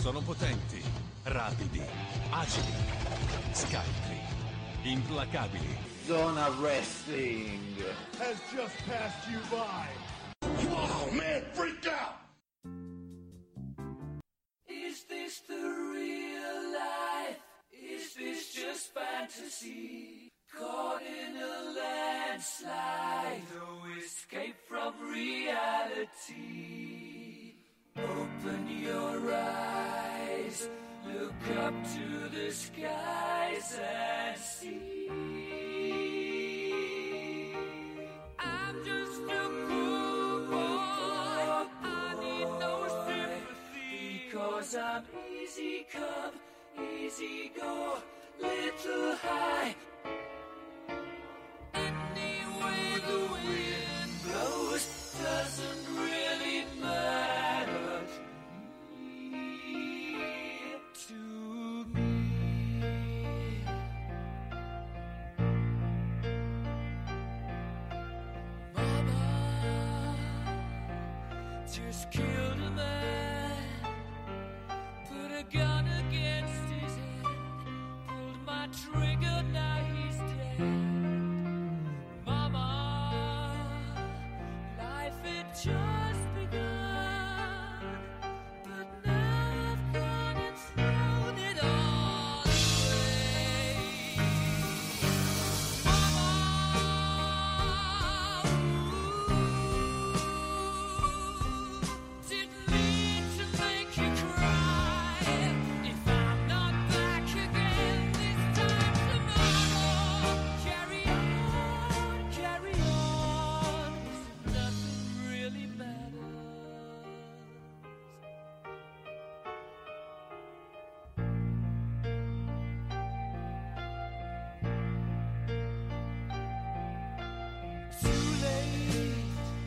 Sono potenti, rapidi, agili, scaltri, implacabili. Zona Wrestling has just passed you by. Wow, man, freak out! Is this the real life? Is this just fantasy? Caught in a landslide, no escape from reality. Open your eyes, look up to the skies and see. I'm just a poor boy, I need no sympathy, because I'm easy come, easy go, little high. Anyway the wind blows doesn't really matter to me. Mama just killed a man, put a gun against his head, pulled my trigger, now he's dead. Mama, life had just begun, but now I've gone and thrown it all away. Mama, didn't mean to make you cry. If I'm not back again this time tomorrow, carry on, nothing really matters. Too late,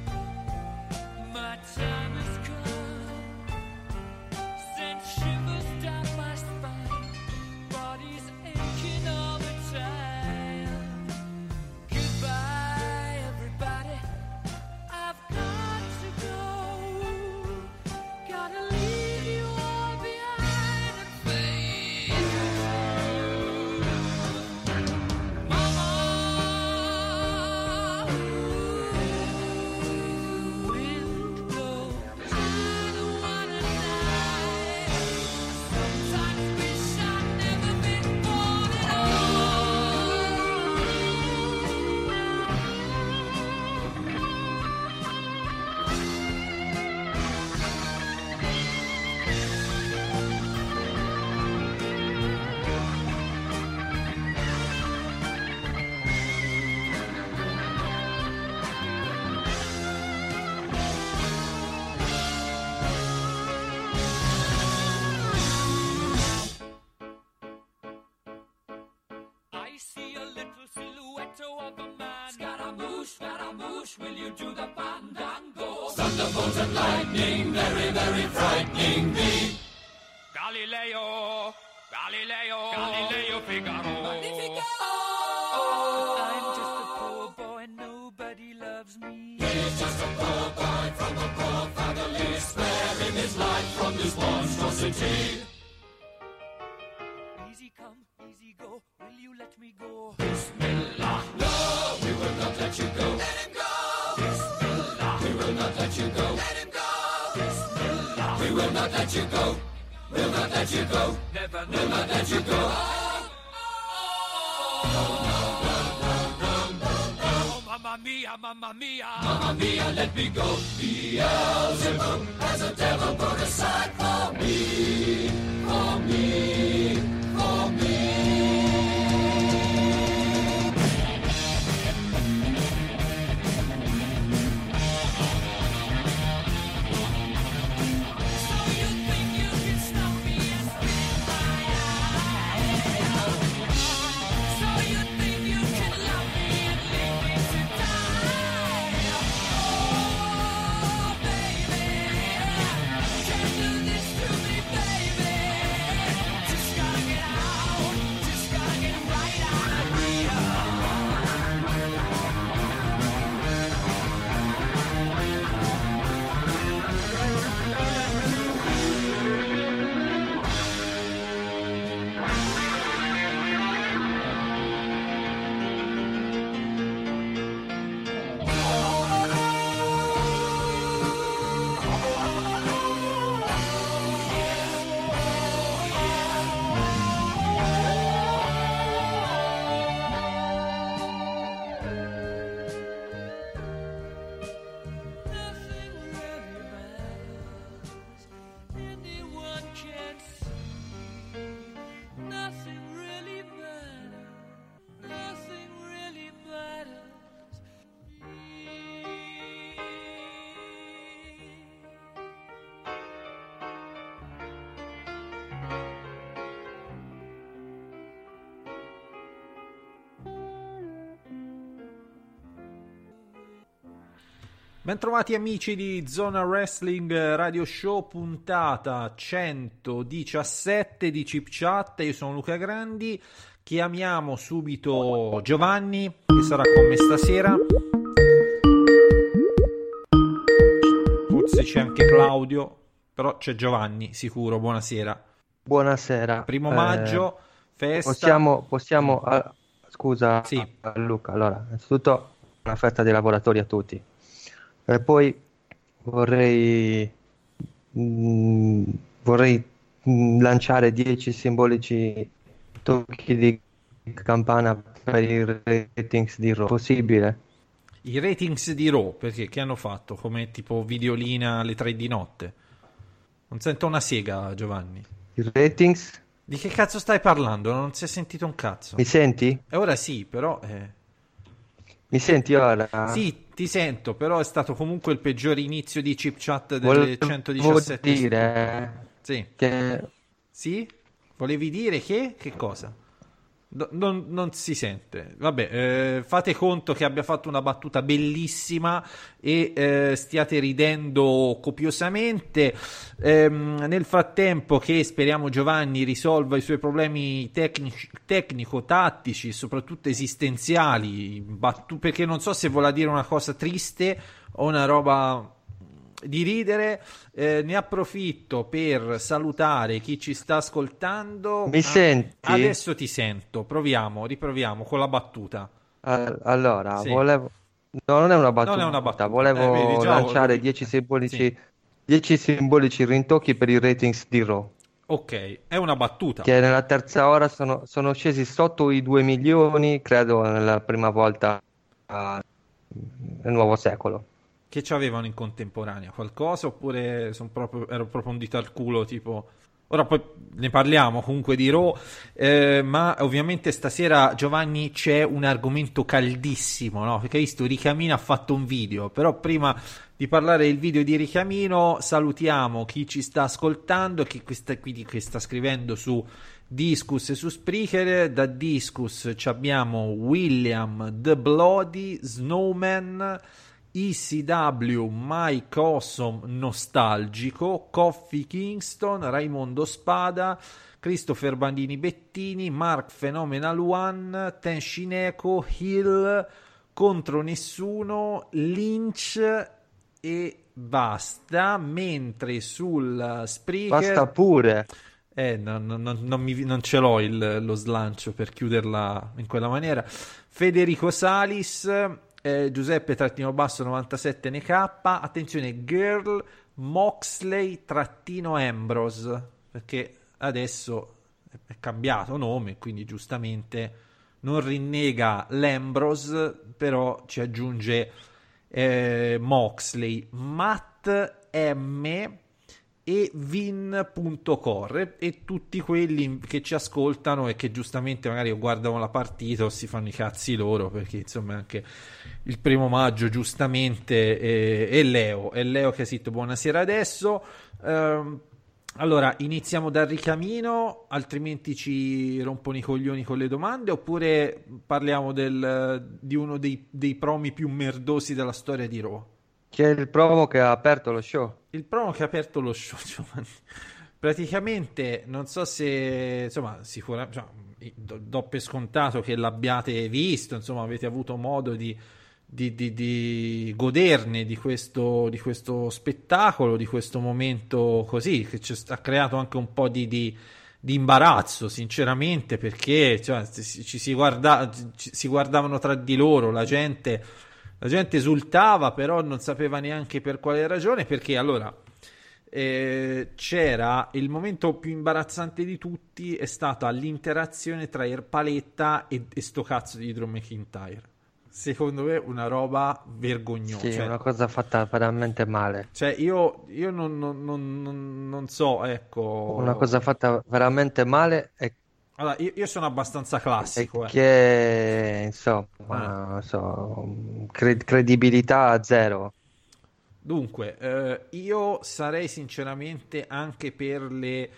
my time has come. Sent shivers down my spine, body's aching all the time. Goodbye, everybody, I've got to go. Gotta leave you all behind and face Mama, wind blows, I don't wanna die. Sometimes wish I'd never been born at I see a little silhouette of a man. Scaramouche, will you do the fandango? Thunderbolt and lightning, very, very frightening me. Galileo, Figaro. Magnifico! I'm just a poor boy, nobody loves me. He's just a poor boy from a poor family, sparing his life from this monstrosity. Easy come, easy go, will you let me go? Bismillah, no, we will not let you go. Let him go! Bismillah, we will not let you go. Let him go! Bismillah, we will not let you go. We'll not let you go. Never, will not let you go. Oh, mamma mia, mamma mia. Mamma mia, let me go. Beelzebub has a devil put aside for me. For me. For me. So you think you can stop me and spit my eye? So you think you can love me and leave me to die? Oh, baby, can't do this to me, baby. Just gotta get Bentrovati amici di Zona Wrestling Radio Show, puntata 117 di Chip Chat. Io sono Luca Grandi, chiamiamo subito Giovanni che sarà con me stasera. Forse c'è anche Claudio, però c'è Giovanni sicuro. Buonasera. Buonasera. Primo maggio, festa. Possiamo scusa, sì. Luca, allora, innanzitutto una festa dei lavoratori a tutti. E poi vorrei lanciare 10 simbolici tocchi di campana per i ratings di Raw. Possibile? I ratings di Raw, perché che hanno fatto? Come tipo videolina alle 3 di notte? Non sento una sega, Giovanni. I ratings? Di che cazzo stai parlando? Non si è sentito un cazzo. Mi senti? E ora sì, però... Mi senti ora? Sì, ti sento, però è stato comunque il peggior inizio di Chip Chat delle 117. Volevo dire sì. Che... Sì? Volevi dire che? Che cosa? Non si sente. Vabbè, fate conto che abbia fatto una battuta bellissima e stiate ridendo copiosamente. Nel frattempo che speriamo Giovanni risolva i suoi problemi tecnico-tattici, soprattutto esistenziali, perché non so se vuole dire una cosa triste o una roba di ridere. Ne approfitto per salutare chi ci sta ascoltando. Mi senti? Adesso ti sento, riproviamo con la battuta. Allora, sì. volevo... No, non è una battuta. Non è una battuta. Volevo vedi, lanciare 10 simbolici, 10 simbolici rintocchi per i ratings di Raw. Ok, è una battuta. Che nella terza ora sono scesi sotto i 2 milioni, credo, nella prima volta nel nuovo secolo. Che ci avevano in contemporanea? Qualcosa? Oppure ero proprio un dito al culo, tipo... Ora poi ne parliamo comunque di Raw, ma ovviamente stasera, Giovanni, c'è un argomento caldissimo, no? Perché hai visto, Ricamino ha fatto un video, però prima di parlare del video di Ricamino salutiamo chi ci sta ascoltando, chi sta scrivendo su Discus e su Spreaker. Da Discus abbiamo William The Bloody, Snowman, ECW, Mike Awesome Nostalgico, Coffee Kingston, Raimondo Spada, Christopher Bandini Bettini, Mark Phenomenal One, Tenshineko, Hill, Contro Nessuno, Lynch e basta. Mentre sul Spreaker basta pure. Non ce l'ho lo slancio per chiuderla in quella maniera. Federico Salis, Giuseppe _97 NK, attenzione, Girl Moxley Ambrose, perché adesso è cambiato nome, quindi giustamente non rinnega l'Ambrose, però ci aggiunge Moxley, Matt M e Vin.core e tutti quelli che ci ascoltano e che giustamente magari guardano la partita o si fanno i cazzi loro, perché insomma anche il 1 maggio giustamente è Leo che ha scritto buonasera adesso. Allora iniziamo dal Ricamino, altrimenti ci rompono i coglioni con le domande, oppure parliamo di uno dei promi più merdosi della storia di Raw. Che è il promo che ha aperto lo show. Il promo che ha aperto lo show, Giovanni. Praticamente, non so se, insomma, sicuramente, do per scontato che l'abbiate visto, insomma, avete avuto modo di goderne di questo spettacolo, di questo momento così, che ci ha creato anche un po' di imbarazzo, sinceramente, perché si guardavano tra di loro, la gente esultava, però non sapeva neanche per quale ragione, perché allora c'era il momento più imbarazzante di tutti, è stata l'interazione tra Erpaletta e sto cazzo di Drew McIntyre. Secondo me una roba vergognosa. Sì, una cosa fatta veramente male. Cioè io non so, ecco. Una cosa fatta veramente male e allora, io sono abbastanza classico. Che, insomma, non so, credibilità zero. Dunque, io sarei sinceramente anche per le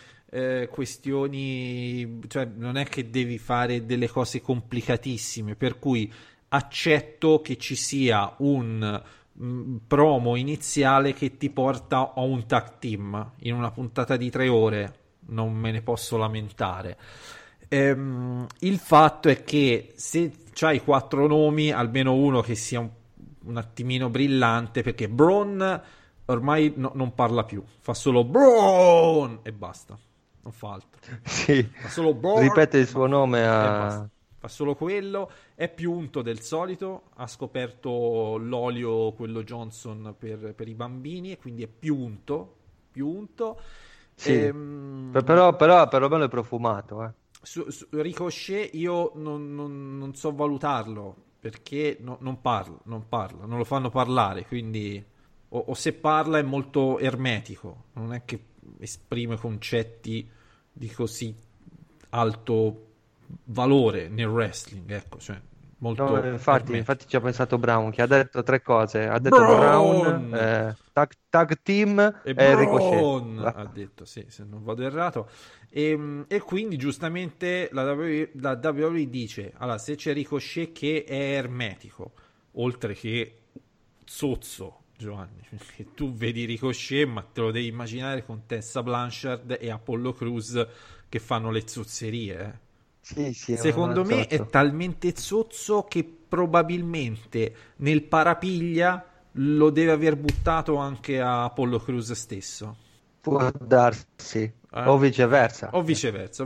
questioni, cioè non è che devi fare delle cose complicatissime, per cui accetto che ci sia un promo iniziale che ti porta a un tag team in una puntata di 3 ore, non me ne posso lamentare. Il fatto è che se c'hai 4 nomi, almeno uno che sia un attimino brillante, perché Braun ormai non parla più, fa solo Braun e basta, non fa altro. Sì, Fa solo Braun, ripete il suo nome e a... basta. Fa solo quello, è più unto del solito, ha scoperto l'olio, quello Johnson per i bambini, e quindi è più unto. Sì. Però perlomeno è profumato, Su Ricochet io non so valutarlo, perché non parla, non lo fanno parlare, quindi o se parla è molto ermetico, non è che esprime concetti di così alto valore nel wrestling, ecco, cioè molto No, infatti ermetico. ci ha pensato Brown, che ha detto 3 cose. Ha detto Braun! Brown, tag team E e Braun Ricochet. ha detto, sì, se non vado errato. E quindi giustamente la WWE dice, allora, se c'è Ricochet che è ermetico, oltre che zozzo, Giovanni, perché tu vedi Ricochet, ma te lo devi immaginare con Tessa Blanchard e Apollo Crews che fanno le zozzerie, Sì, sì, Secondo me è talmente zozzo che probabilmente nel parapiglia lo deve aver buttato anche a Apollo Crews stesso. può darsi, o viceversa. O viceversa.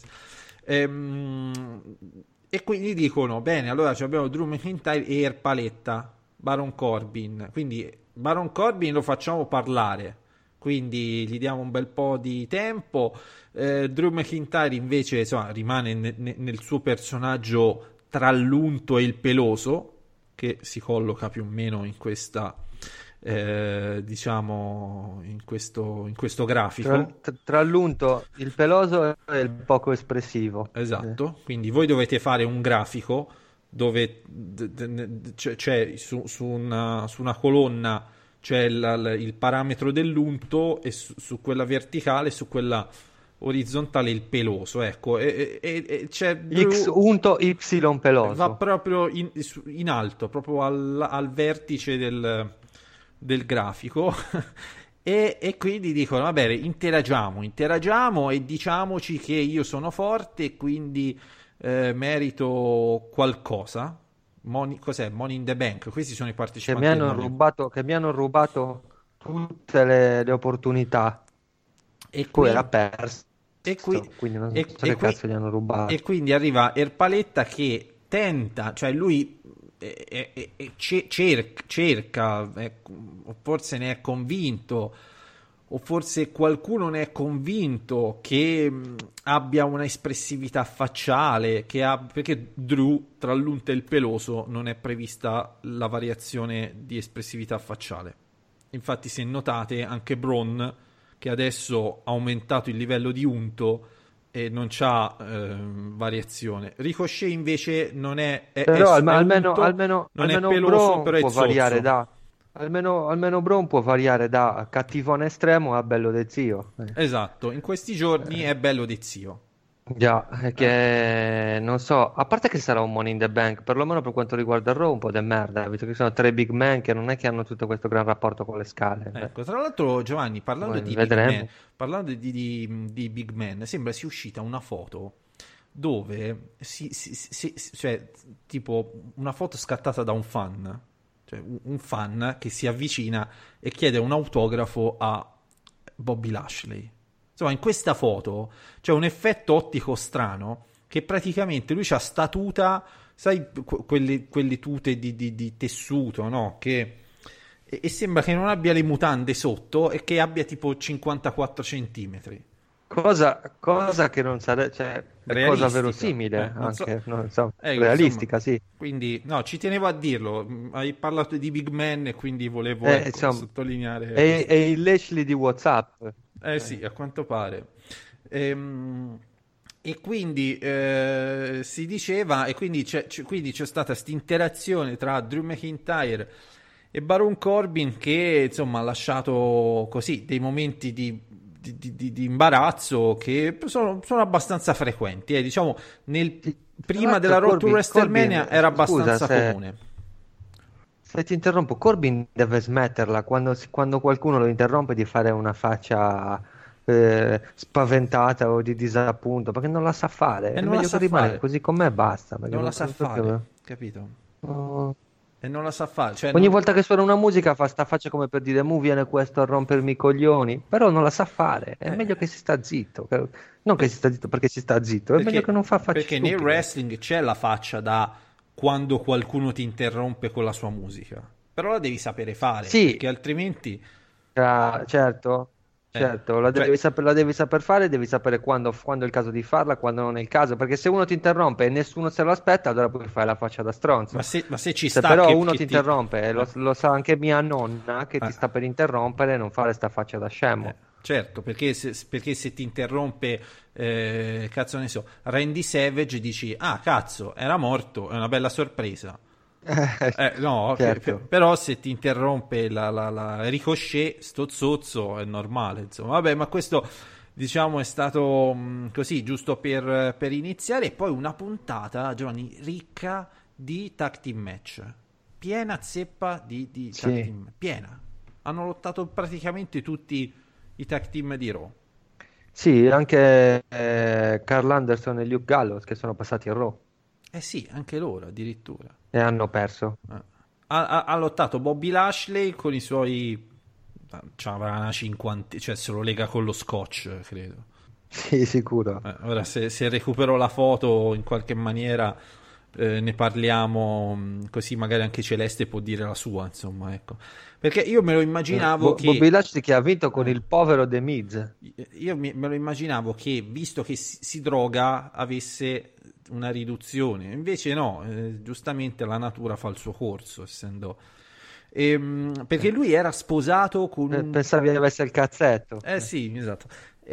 E quindi dicono, bene, allora abbiamo Drew McIntyre e Erpaletta, Baron Corbin. Quindi Baron Corbin lo facciamo parlare, quindi gli diamo un bel po' di tempo. Drew McIntyre invece, insomma, rimane nel suo personaggio tra l'unto e il peloso, che si colloca più o meno in questa diciamo in questo grafico. Tra l'unto, il peloso e il poco espressivo. Esatto, quindi voi dovete fare un grafico dove c'è su una colonna c'è il parametro dell'unto, e su quella verticale, su quella orizzontale il peloso, ecco, e c'è X unto, Y peloso. va proprio in alto, proprio al vertice del grafico. E quindi dicono, va bene, interagiamo e diciamoci che io sono forte e quindi merito qualcosa. Cos'è? Money in the Bank. Questi sono i Che partecipanti mi del hanno rubato tutte le opportunità. E Poi qui- era perso, e qui- quindi non e- so e che qui- cazzo gli hanno rubato. E quindi arriva Erpaletta che tenta, cioè lui cerca, o forse ne è convinto, o forse qualcuno ne è convinto che abbia una espressività facciale, perché Drew, tra l'unto e il peloso, non è prevista la variazione di espressività facciale. Infatti, se notate, anche Braun, che adesso ha aumentato il livello di unto e non c'ha variazione. Ricochet invece non è Però è unto, almeno non è Braun peloso, però è può variare zozzo. almeno Braun può variare da cattivone estremo a bello de zio. Esatto, in questi giorni è bello di zio. Già, è che non so, a parte che sarà un Money in the Bank, perlomeno per quanto riguarda il Raw, un po' di merda, visto che sono 3 big man che non è che hanno tutto questo gran rapporto con le scale. Ecco, tra l'altro, Giovanni, parlando Poi di Big vedremo. Man, parlando di Big Man, sembra sia uscita una foto dove cioè, tipo una foto scattata da un fan, cioè un fan che si avvicina e chiede un autografo a Bobby Lashley. Insomma, in questa foto c'è un effetto ottico strano, che praticamente lui c'ha sta tuta, sai, quelle tute di tessuto, no? E sembra che non abbia le mutande sotto e che abbia tipo 54 centimetri. Cosa che non sarebbe, cioè, è cosa Realistica. verosimile, Non so. anche, non so, Insomma, realistica, sì. quindi, no, ci tenevo a dirlo. Hai parlato di Big Man e quindi volevo Insomma, sottolineare. è il Lashley di WhatsApp. Sì, a quanto pare. E quindi si diceva, e quindi c'è stata questa interazione tra Drew McIntyre e Baron Corbin che insomma ha lasciato così dei momenti di imbarazzo che sono abbastanza frequenti. Diciamo, prima della Road to WrestleMania era abbastanza scusa, comune. Se ti interrompo, Corbin deve smetterla quando qualcuno lo interrompe di fare una faccia spaventata o di disappunto, perché non la sa fare. È non la meglio sa che rimane fare. così con me e basta. Perché Non la sa proprio- fare, capito? Oh. E non la sa fare. Cioè, Ogni non- volta che suona una musica fa sta faccia come per dire mu viene questo a rompermi i coglioni, però non la sa fare, è meglio che si sta zitto, non che si sta zitto perché si sta zitto, è meglio che non fa facce perché nel stupide. wrestling c'è la faccia da quando qualcuno ti interrompe con la sua musica. Però la devi sapere fare, Sì. perché altrimenti... Certo, certo, la devi saper fare, devi sapere quando è il caso di farla, quando non è il caso, perché se uno ti interrompe e nessuno se lo aspetta, allora puoi fare la faccia da stronzo. Ma se ci Se sta però che- uno che ti interrompe, e lo sa anche mia nonna che ti sta per interrompere, non fare sta faccia da scemo. Certo, perché se ti interrompe, cazzo ne so, Randy Savage, dici, ah cazzo, era morto, è una bella sorpresa. No, certo. però se ti interrompe la Ricochet, sto zozzo, è normale, insomma. Vabbè, ma questo, diciamo, è stato così, giusto per iniziare. E poi una puntata, Giovanni, ricca di tag team match. Piena zeppa di Sì. tag team. Piena. Hanno lottato praticamente tutti i tag team di Raw. Sì, anche Carl Anderson e Luke Gallows che sono passati a Raw Eh sì, anche loro addirittura. e hanno perso. Ha lottato Bobby Lashley con i suoi... C'avrà una 50... Cioè se lo lega con lo scotch, credo. Sì, sicuro. Ora se recupero la foto in qualche maniera ne parliamo, così magari anche Celeste può dire la sua, insomma, ecco. Perché io me lo immaginavo che... Bobby Lashley che ha vinto con il povero The Miz. Me lo immaginavo che, visto che si droga, avesse una riduzione. Invece no, giustamente la natura fa il suo corso, essendo... perché lui era sposato con un... Pensavi avesse il cazzetto. Sì, esatto.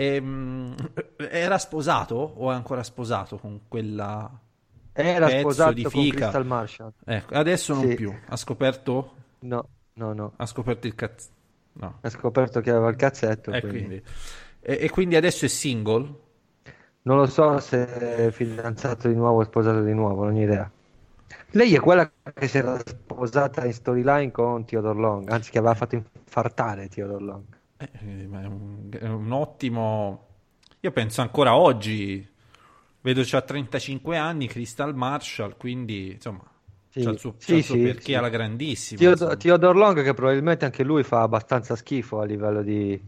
Era sposato o è ancora sposato con quella Era pezzo sposato di con fica? Crystal Marshall. Ecco, adesso non Sì. più. Ha scoperto? No. Ha scoperto il cazzo. No. Ha scoperto che aveva il cazzetto. Quindi. E quindi adesso è single? Non lo so se è fidanzato di nuovo o sposato di nuovo, non ho idea. Lei è quella che si era sposata in storyline con Theodore Long, anzi che aveva fatto infartare Theodore Long. Ma è un ottimo... Io penso ancora oggi, vedo c'ha 35 anni, Crystal Marshall, quindi insomma Sì, c'ha il suo sì, perché sì. alla grandissima. insomma. Theodore Long che probabilmente anche lui fa abbastanza schifo a livello di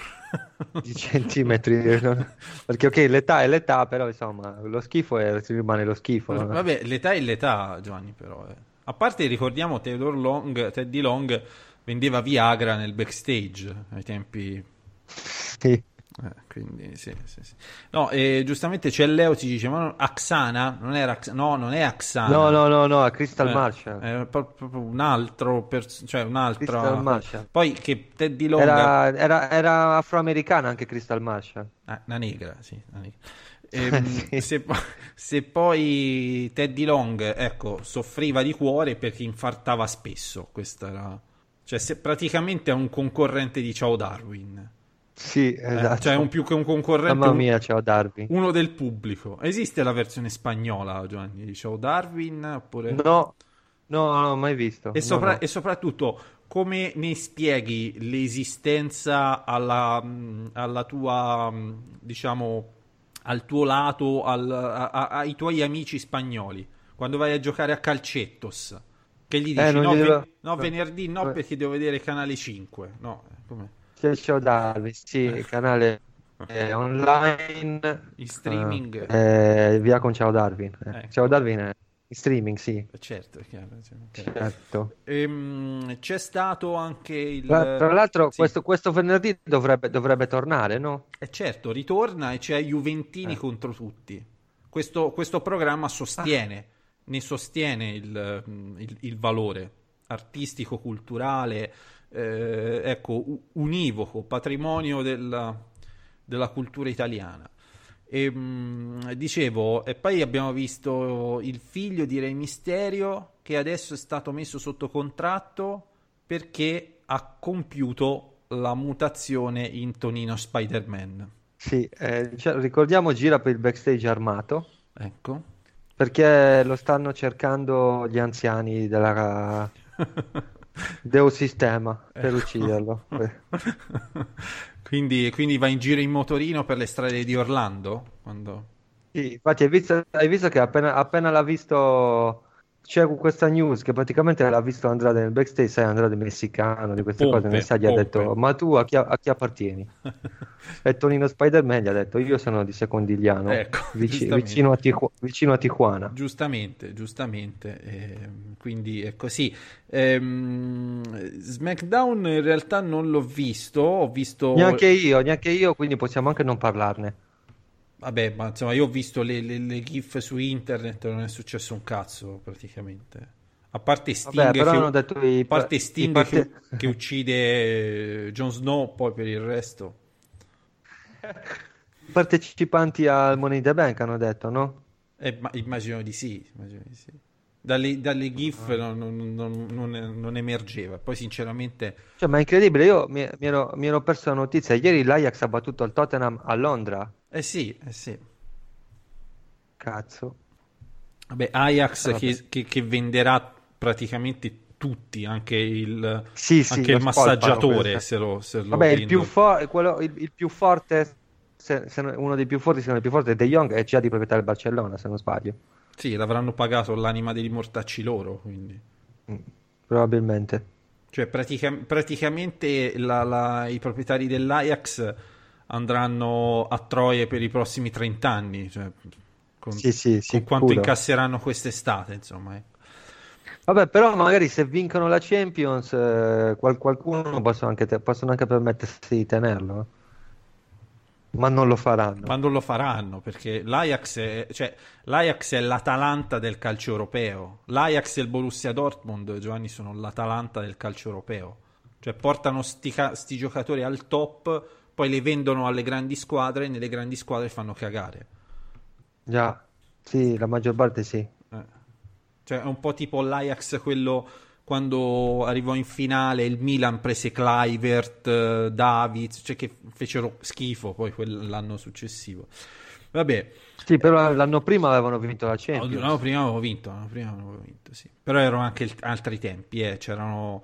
centimetri, perché ok l'età è l'età, però insomma lo schifo rimane lo schifo. Vabbè, l'età è l'età, Giovanni, però. A parte, ricordiamo, Teddy Long vendeva Viagra nel backstage ai tempi... Sì. Quindi sì. No, giustamente c'è Leo, ci dice, ma Aksana? Non era no, non è Aksana. No, a Crystal Marshall. È proprio un altro, cioè un'altra... Crystal Marshall. Poi che Teddy Long... Era afroamericana anche Crystal Marshall. Una negra, sì. Una Sì. negra. Se poi Teddy Long, ecco, soffriva di cuore perché infartava spesso, questa era... Cioè, praticamente è un concorrente di Ciao Darwin. Sì, esatto. Cioè, più che un concorrente... Mamma mia, ciao Darwin. Uno del pubblico. Esiste la versione spagnola, Giovanni, di Ciao Darwin? Oppure... No, non ho mai visto. E, No. e soprattutto, come ne spieghi l'esistenza alla tua, diciamo, al tuo lato, ai tuoi amici spagnoli, quando vai a giocare a calcettos, che gli dici, non no, glielo- venerdì no, perché devo vedere Canale 5, no, come? C'è ciao Darwin, sì, canale online. In streaming. Via con Ciao Darwin. Ecco. Ciao Darwin è in streaming, sì. Certo, è chiaro, sì. Certo. C'è stato anche il... Tra l'altro, sì. questo venerdì dovrebbe tornare, no? Certo, ritorna e c'è Juventini contro tutti. Questo programma ne sostiene il valore artistico, culturale, ecco, univoco, patrimonio della cultura italiana. Dicevo, e poi abbiamo visto il figlio di Re Mysterio che adesso è stato messo sotto contratto perché ha compiuto la mutazione in Tonino Spider-Man. Sì, ricordiamo gira per il backstage armato. Ecco. Perché lo stanno cercando gli anziani del sistema per ucciderlo. Quindi va in giro in motorino per le strade di Orlando? Quando... Sì, infatti hai visto che appena l'ha visto, c'è questa news che praticamente l'ha visto Andrade nel backstage, sai, Andrade messicano, di queste cose, nel gli ha detto, ma tu a chi appartieni? E Tonino Spider-Man gli ha detto, io sono di Secondigliano, Ecco, vicino a Tijuana. Giustamente, quindi è così. SmackDown in realtà non l'ho visto, ho visto... Neanche io, quindi possiamo anche non parlarne. Vabbè, ma insomma io ho visto le gif su internet, non è successo un cazzo praticamente. A parte Sting, Vabbè, però hanno detto che uccide Jon Snow, poi per il resto... I partecipanti al Money in the Bank hanno detto, no? Immagino di sì. Dalle gif non emergeva. Poi sinceramente... Cioè, ma è incredibile, io mi ero perso la notizia. Ieri l'Ajax ha battuto il Tottenham a Londra. Sì. Cazzo. Vabbè, Ajax che venderà praticamente tutti, anche il massaggiatore se lo Vabbè, il più forte, uno dei più forti, se non il più forte, De Jong, è già di proprietà del Barcellona, se non sbaglio. Sì, l'avranno pagato l'anima degli mortacci loro, quindi. Probabilmente. Cioè, praticamente i proprietari dell'Ajax andranno a Troie per i prossimi 30 anni, cioè, con quanto incasseranno quest'estate, insomma. Vabbè, però magari se vincono la Champions, qualcuno possono anche permettersi di tenerlo. Ma non lo faranno. Perché l'Ajax è l'Atalanta del calcio europeo. L'Ajax e il Borussia Dortmund, Giovanni, sono l'Atalanta del calcio europeo. Cioè portano sti giocatori al top, poi li vendono alle grandi squadre, e nelle grandi squadre fanno cagare. Già, sì, la maggior parte sì. Cioè è un po' tipo l'Ajax, quello quando arrivò in finale, il Milan prese Kluivert, Davids, cioè che fecero schifo poi l'anno successivo. Vabbè. Sì, però l'anno prima avevano vinto la Champions. L'anno prima avevo vinto, sì. Però erano anche altri tempi, c'erano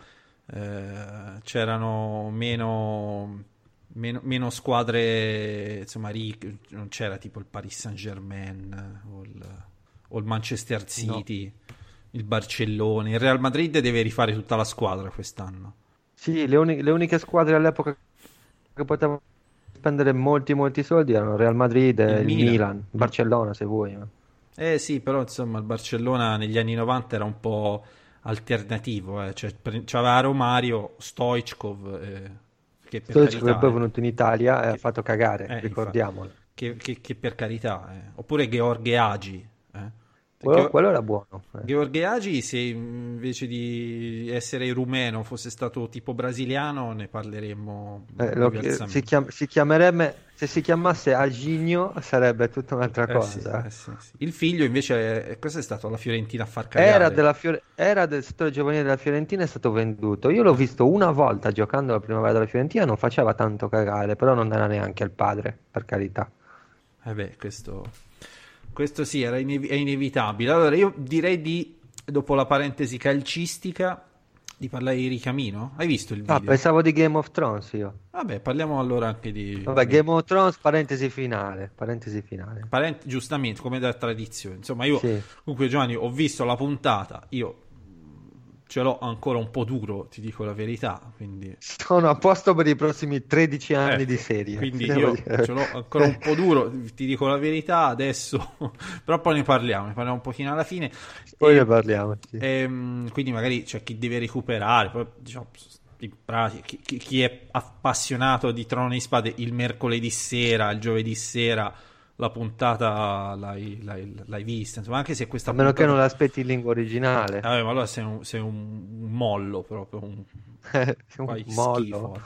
meno squadre, insomma, non c'era tipo il Paris Saint-Germain o il Manchester City, no. Il Barcellona, il Real Madrid deve rifare tutta la squadra quest'anno. Sì, le uniche squadre all'epoca che potevano spendere molti soldi erano Real Madrid e il Milan, Barcellona se vuoi. Sì, però insomma il Barcellona negli anni 90 era un po' alternativo, cioè c'aveva Romario, Stoichkov, che per carità, poi è venuto in Italia e ha fatto cagare, ricordiamolo. Che per carità, oppure Gheorghe Hagi. Quello era buono. Gheorghe Hagi, se invece di essere rumeno fosse stato tipo brasiliano, ne parleremmo diversamente. Se si chiamasse Aginio sarebbe tutta un'altra cosa. Sì. Il figlio invece, cosa è stato alla Fiorentina a far cagare? Era del settore giovanile della Fiorentina, è stato venduto. Io l'ho visto una volta giocando alla primavera della Fiorentina, non faceva tanto cagare, però non era neanche il padre, per carità. Questo sì, è inevitabile. Allora io direi dopo la parentesi calcistica, di parlare di Ricamino. Hai visto il video? Pensavo di Game of Thrones io. Vabbè, parliamo allora anche di... Game of Thrones, parentesi finale. Giustamente, come da tradizione. Insomma, io comunque, Giovanni, ho visto la puntata, io ce l'ho ancora un po' duro, ti dico la verità, quindi... Sono a posto per i prossimi 13 anni di serie. Quindi io ce l'ho ancora un po' duro, ti dico la verità, adesso... Però poi ne parliamo un pochino alla fine. Poi ne parliamo, sì. Quindi magari c'è chi deve recuperare, poi diciamo... Chi è appassionato di Trono di Spade, il mercoledì sera, il giovedì sera... La puntata l'hai vista, insomma, anche se questa a meno che non l'aspetti in lingua originale. Ma allora sei un mollo proprio, un mollo.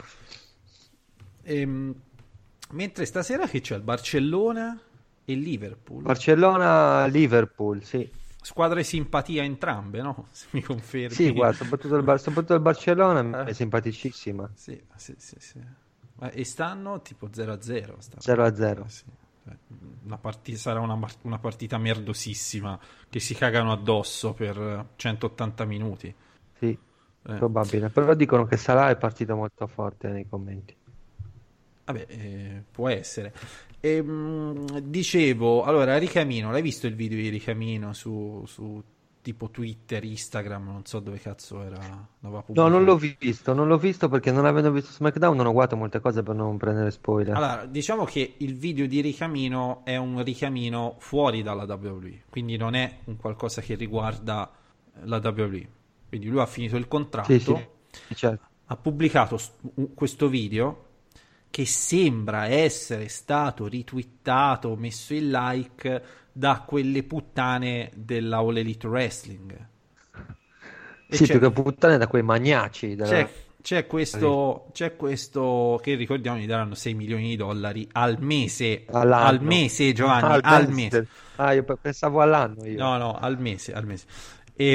Mentre stasera che c'è il Barcellona e Liverpool. Barcellona-Liverpool, sì. Squadre simpatia entrambe, no? Se mi confermi. Sì, guarda, soprattutto il Barcellona è simpaticissima. Sì. E stanno tipo 0-0. 0-0. Sì. Sarà una partita merdosissima che si cagano addosso per 180 minuti. Sì, probabile. Però dicono che Salah è partito molto forte nei commenti. Vabbè, può essere. Dicevo, allora, Ricamino, l'hai visto il video di Ricamino su tipo Twitter, Instagram, non so dove cazzo era? No, non l'ho visto perché non avendo visto SmackDown non ho guardato molte cose per non prendere spoiler. Allora, diciamo che il video di Ricamino è un Ricamino fuori dalla WWE, quindi non è un qualcosa che riguarda la WWE. Quindi lui ha finito il contratto, sì, certo. Ha pubblicato questo video che sembra essere stato ritwittato, messo in like da quelle puttane della All Elite Wrestling. Sì, più che puttane da quei magnaci. C'è questo che ricordiamo gli daranno 6 milioni di dollari al mese. Al mese, Giovanni, al mese. Ah, io pensavo all'anno io. No, al mese. E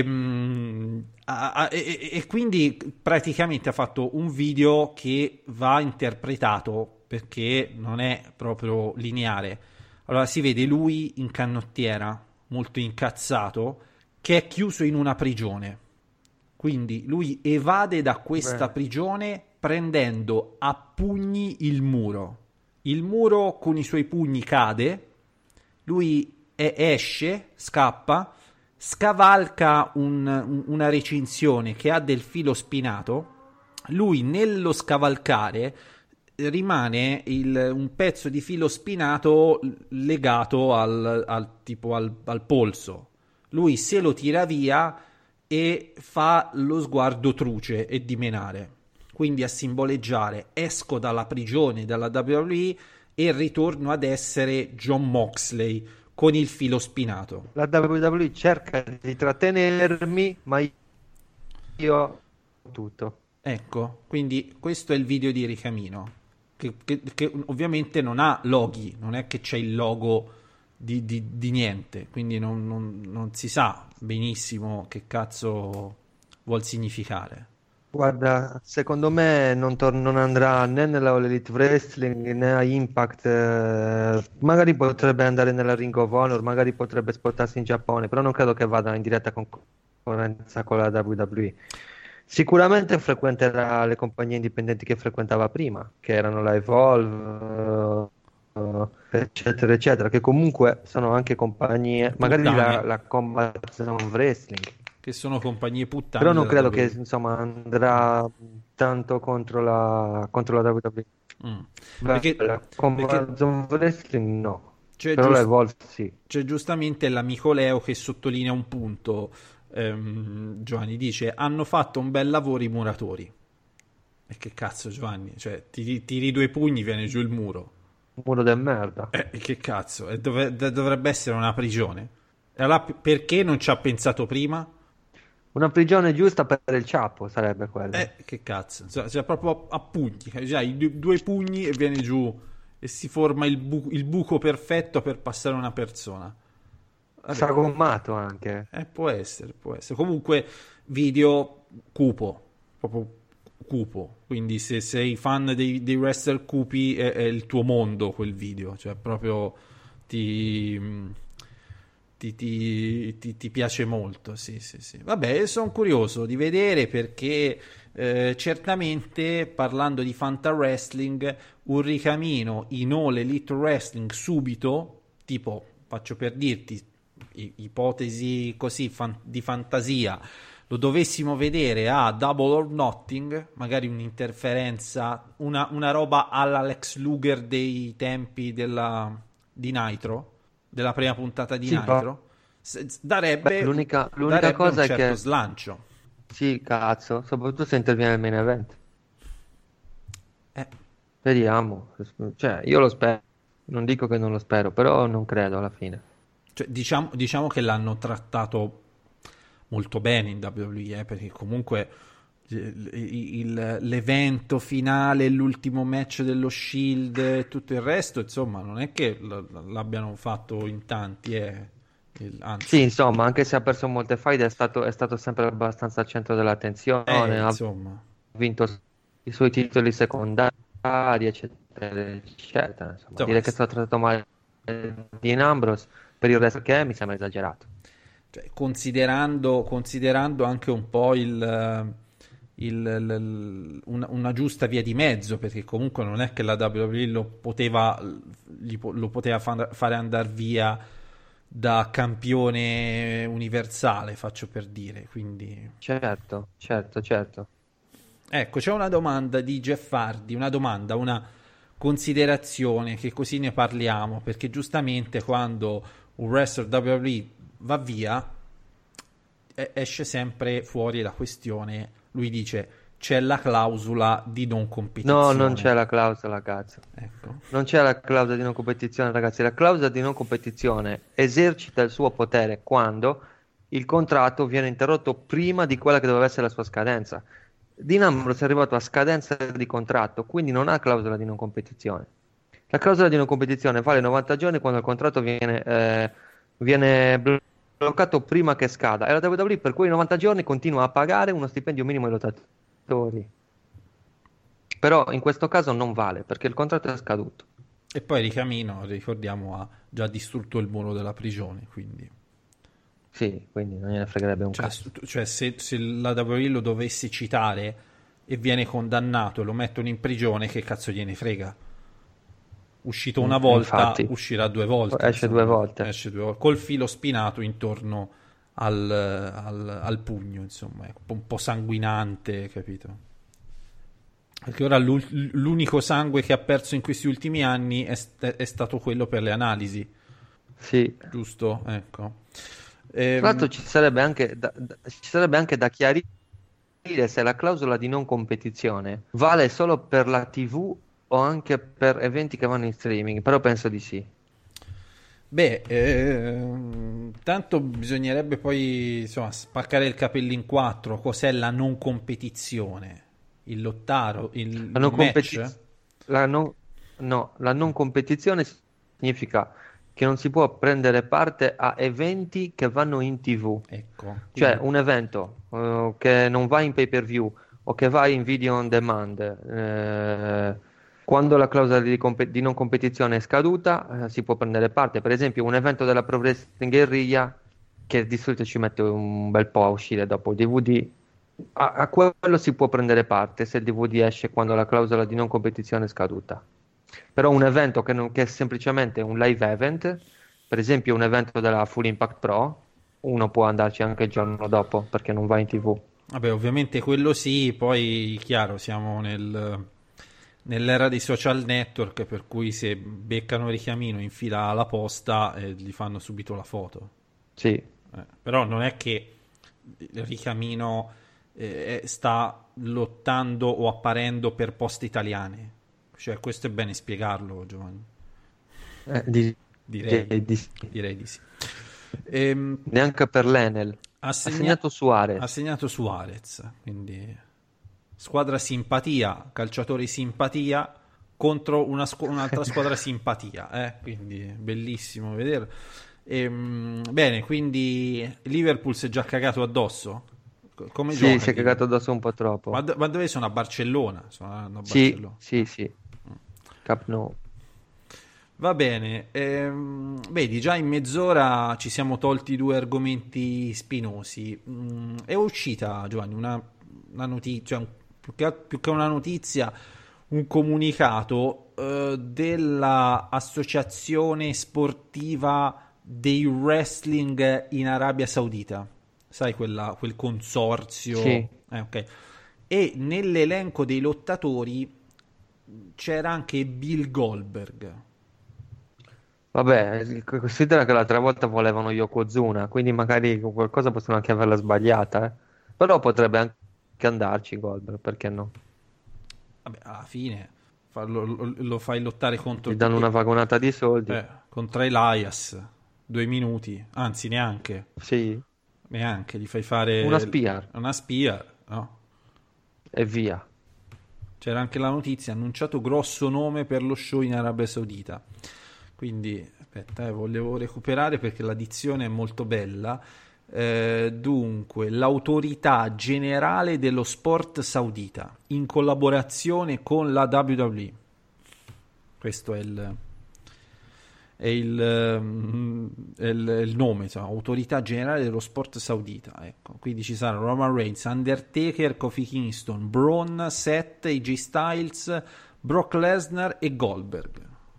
quindi praticamente ha fatto un video che va interpretato perché non è proprio lineare. Allora si vede lui in canottiera, molto incazzato, che è chiuso in una prigione. Quindi lui evade da questa prigione prendendo a pugni il muro. Il muro con i suoi pugni cade, lui esce, scappa, scavalca una recinzione che ha del filo spinato. Lui nello scavalcare rimane un pezzo di filo spinato legato al polso. Lui se lo tira via e fa lo sguardo truce e di menare, quindi a simboleggiare: esco dalla prigione dalla WWE e ritorno ad essere Jon Moxley con il filo spinato. La WWE cerca di trattenermi, ma io tutto. Ecco, quindi questo è il video di Ricamino, che ovviamente non ha loghi, non è che c'è il logo di niente, quindi non si sa benissimo che cazzo vuol significare. Guarda, secondo me non andrà né nella All Elite Wrestling né a Impact, magari potrebbe andare nella Ring of Honor, magari potrebbe spostarsi in Giappone, però non credo che vada in diretta concorrenza con la WWE. Sicuramente frequenterà le compagnie indipendenti che frequentava prima, che erano la Evolve, eccetera eccetera, che comunque sono anche compagnie, magari la Combat Zone Wrestling, che sono compagnie puttane, però non credo che insomma andrà tanto contro la WWE. Perché la Combat Zone Wrestling no, cioè, però la Evolve sì. C'è giustamente l'amico Leo che sottolinea un punto. Giovanni dice: hanno fatto un bel lavoro i muratori. E che cazzo, Giovanni? Cioè, tiri due pugni, viene giù il muro. Un muro del merda. Che cazzo? Dovrebbe essere una prigione. E allora perché non ci ha pensato prima? Una prigione giusta per il ciappo sarebbe quella. Che cazzo? Cioè proprio a pugni. Cioè, i due pugni e viene giù e si forma il buco perfetto per passare una persona. Sagommato anche. Può essere. Comunque video cupo, proprio cupo. Quindi se sei fan dei wrestler cupi è il tuo mondo quel video. Cioè proprio ti piace molto. Sì. Vabbè, sono curioso di vedere perché certamente, parlando di Fanta Wrestling, un ricamino in All Elite Wrestling subito, tipo, faccio per dirti, ipotesi così di fantasia, lo dovessimo vedere a Double or Nothing, magari un'interferenza, una roba all'Alex Luger dei tempi di Nitro, della prima puntata di Nitro, darebbe l'unica darebbe cosa un certo è che slancio. Sì, cazzo, soprattutto se interviene nel main event. Vediamo, cioè io lo spero, non dico che non lo spero, però non credo alla fine. Cioè, diciamo che l'hanno trattato molto bene in WWE, perché comunque l'evento finale, l'ultimo match dello Shield e tutto il resto, insomma, non è che l'abbiano fatto in tanti, anzi. Sì, insomma, anche se ha perso molte fight, è stato sempre abbastanza al centro dell'attenzione, insomma. Ha vinto i suoi titoli secondari, eccetera, eccetera. Insomma, direi che è stato trattato male Dean Ambrose per il resto che è, mi sembra esagerato. Cioè, considerando anche un po' una giusta via di mezzo, perché comunque non è che la WWE lo poteva fare andare via da campione universale, faccio per dire, quindi Certo. ecco, c'è una domanda di Jeff Hardy, una considerazione, che così ne parliamo, perché giustamente quando un wrestler WWE va via esce sempre fuori la questione, lui dice c'è la clausola di non No, competizione. non c'è la clausola, cazzo. Ecco. Non c'è la clausola di non competizione, ragazzi. La clausola di non competizione esercita il suo potere quando il contratto viene interrotto prima di quella che doveva essere la sua scadenza. Dean Ambrose è arrivato a scadenza di contratto, quindi non ha clausola di non competizione. La clausola di non competizione vale 90 giorni quando il contratto viene bloccato prima che scada, e la WWE per quei 90 giorni continua a pagare uno stipendio minimo ai lottatori. Però in questo caso non vale perché il contratto è scaduto. E poi Ricamino, ricordiamo, ha già distrutto il muro della prigione, quindi Sì, quindi non gliene fregherebbe un cazzo. cioè se la WWE lo dovesse citare e viene condannato e lo mettono in prigione, che cazzo gliene frega? Uscito una volta, Infatti. uscirà 2 volte. Esce insomma. 2 volte. Esce 2 volte, col filo spinato intorno al pugno, insomma, un po' sanguinante, capito? Perché ora l'unico sangue che ha perso in questi ultimi anni è stato quello per le analisi, Sì. giusto? Ecco. Tra l'altro ci sarebbe anche da chiarire se la clausola di non competizione vale solo per la TV o anche per eventi che vanno in streaming, però penso di sì. Beh, tanto bisognerebbe poi insomma spaccare il capello in 4. Cos'è la non competizione? Il lottare, il La non match? la non competizione significa che non si può prendere parte a eventi che vanno in TV. Ecco. Cioè Quindi- un evento che non va in pay-per-view o che va in video on demand, quando la clausola di non competizione è scaduta, si può prendere parte. Per esempio un evento della Pro Wrestling Guerriglia, che di solito ci mette un bel po' a uscire dopo il DVD, a quello si può prendere parte se il DVD esce quando la clausola di non competizione è scaduta. Però un evento che è semplicemente un live event, per esempio un evento della Full Impact Pro, uno può andarci anche il giorno dopo perché non va in TV. Vabbè, ovviamente quello sì, poi chiaro, siamo nell'era dei social network, per cui se beccano Ricamino in fila alla posta gli fanno subito la foto. Sì, Però non è che Ricamino sta lottando o apparendo per poste italiane. Cioè, questo è bene spiegarlo, Giovanni. Direi di sì. direi di sì. Neanche per l'Enel. Ha Ha segnato ha Suarez. segnato Suarez, quindi squadra simpatia, calciatori simpatia contro un'altra squadra simpatia, quindi bellissimo vedere. Bene, quindi Liverpool si è già cagato addosso. Come Sì, gioca si è il cagato addosso un po' troppo. Ma dove sono? A Barcellona? Sono a Sì, Barcellona. sì. Camp Nou. Va bene, vedi, già in mezz'ora ci siamo tolti 2 argomenti spinosi. È uscita, Giovanni, una notizia, più che una notizia, un comunicato della associazione sportiva dei wrestling in Arabia Saudita. Sai, quel consorzio? Sì. Ok. E nell'elenco dei lottatori c'era anche Bill Goldberg. Vabbè, considera che l'altra volta volevano Yokozuna, quindi magari qualcosa possono anche averla sbagliata, eh. Però potrebbe anche andarci Goldberg, perché no? Vabbè, alla fine lo fai lottare contro Gli danno una vagonata di soldi. contro Elias 2 minuti, anzi neanche, Sì, gli fai fare una spear una spia, no? e via. C'era anche la notizia, annunciato grosso nome per lo show in Arabia Saudita. Quindi, aspetta, volevo recuperare perché la dizione è molto bella. Dunque, l'autorità generale dello sport saudita, in collaborazione con la WWE. Questo è è il nome, insomma, Autorità Generale dello Sport Saudita. Ecco, quindi ci saranno Roman Reigns, Undertaker, Kofi Kingston, Braun, Seth, AJ Styles, Brock Lesnar e Goldberg.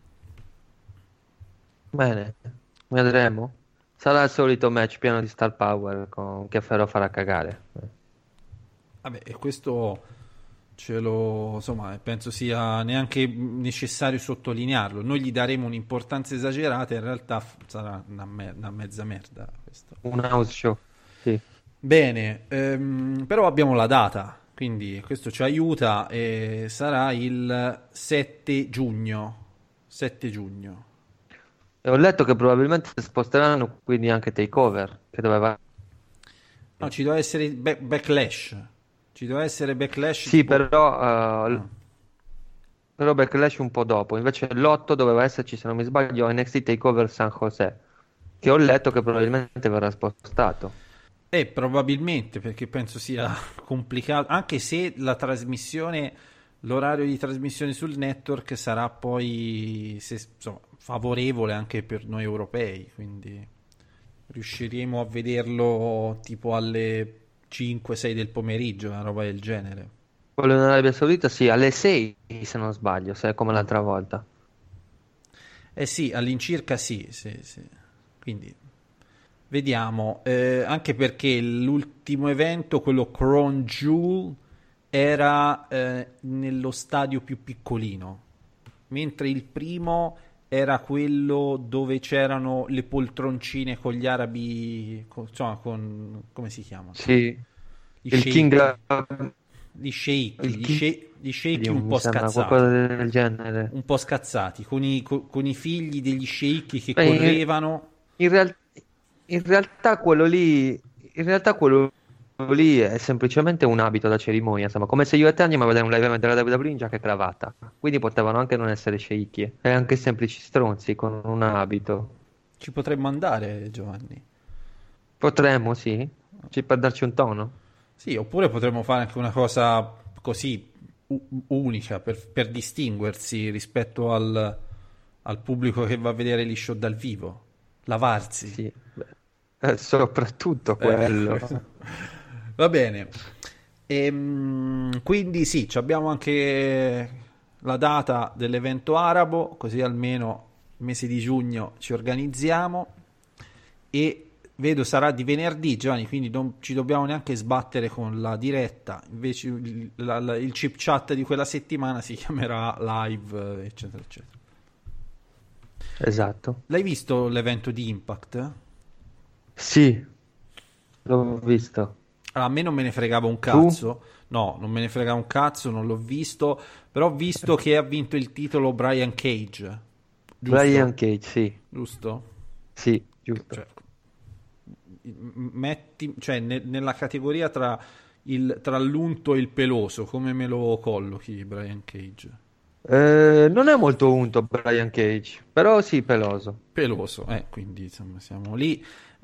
Bene, vedremo. Sarà il solito match pieno di star power che Ferro farà cagare. Vabbè, e questo insomma, penso sia neanche necessario sottolinearlo. Noi gli daremo un'importanza esagerata, in realtà sarà una mezza merda questo. Un house show, sì. Bene, però abbiamo la data, quindi questo ci aiuta e sarà il 7 giugno. 7 giugno. E ho letto che probabilmente sposteranno quindi anche Takeover, che doveva... No, ci doveva essere Backlash. Ci doveva essere Backlash. Sì, però Backlash un po' dopo. Invece l'8 doveva esserci, se non mi sbaglio, NXT Takeover San José, che ho letto che probabilmente verrà spostato. Probabilmente, perché penso sia complicato, anche se l'orario di trasmissione sul network sarà poi favorevole anche per noi europei, quindi riusciremo a vederlo tipo alle 5-6 del pomeriggio, una roba del genere. Quello in Arabia Saudita sì, alle 6 se non sbaglio, se è come l'altra volta. Sì, all'incirca sì. Quindi vediamo, anche perché l'ultimo evento, quello Crown Jewel, era nello stadio più piccolino, mentre il primo era quello dove c'erano le poltroncine con gli arabi, come si chiama? Sì, Gli sceicchi un po' scazzati, qualcosa del genere. un po' scazzati, con i figli degli sceicchi che correvano. In realtà quello lì è semplicemente un abito da cerimonia, insomma, come se io e te andiamo a vedere un live event della WWE in giacca e cravatta, quindi potevano anche non essere sceicchi e anche semplici stronzi con un abito. Ci potremmo andare, Giovanni? Potremmo, sì, per darci un tono. Sì, oppure potremmo fare anche una cosa così unica per distinguersi rispetto al pubblico che va a vedere gli show dal vivo. Lavarsi. Sì, soprattutto quello. Va bene. Quindi sì, abbiamo anche la data dell'evento arabo, così almeno il mese di giugno ci organizziamo. E vedo sarà di venerdì, Giovanni, quindi non ci dobbiamo neanche sbattere con la diretta. Invece il chip chat di quella settimana si chiamerà live, eccetera, eccetera. Esatto. L'hai visto l'evento di Impact? Sì, l'ho visto. Allora, a me non me ne fregava un cazzo. No, non me ne fregava un cazzo, non l'ho visto. Però ho visto che ha vinto il titolo Brian Cage. Giusto? Brian Cage, sì. Giusto? Sì, giusto. Nella categoria tra l'unto e il peloso, come me lo collochi Brian Cage? Non è molto unto Brian Cage, però sì, peloso. Peloso, quindi insomma siamo lì.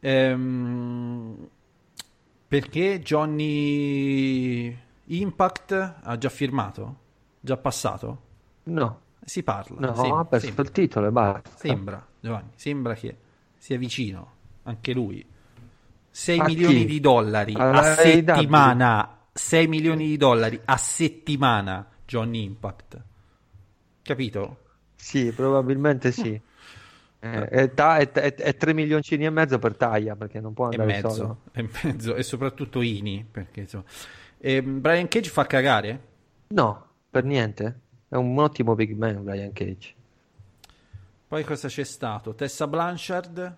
Perché Johnny Impact ha già firmato? Già passato? No. Si parla. No, ha perso il titolo e basta. Sembra, Giovanni, sembra che sia vicino, anche lui. 6 milioni di dollari a settimana. 6 milioni di dollari a settimana, Johnny Impact. Capito? Sì, probabilmente sì. È 3 milioncini e mezzo per Taya, perché non può andare solo. E mezzo, e soprattutto Ini, perché insomma. Brian Cage fa cagare? No, per niente. È un ottimo big man Brian Cage. Poi cosa c'è stato? Tessa Blanchard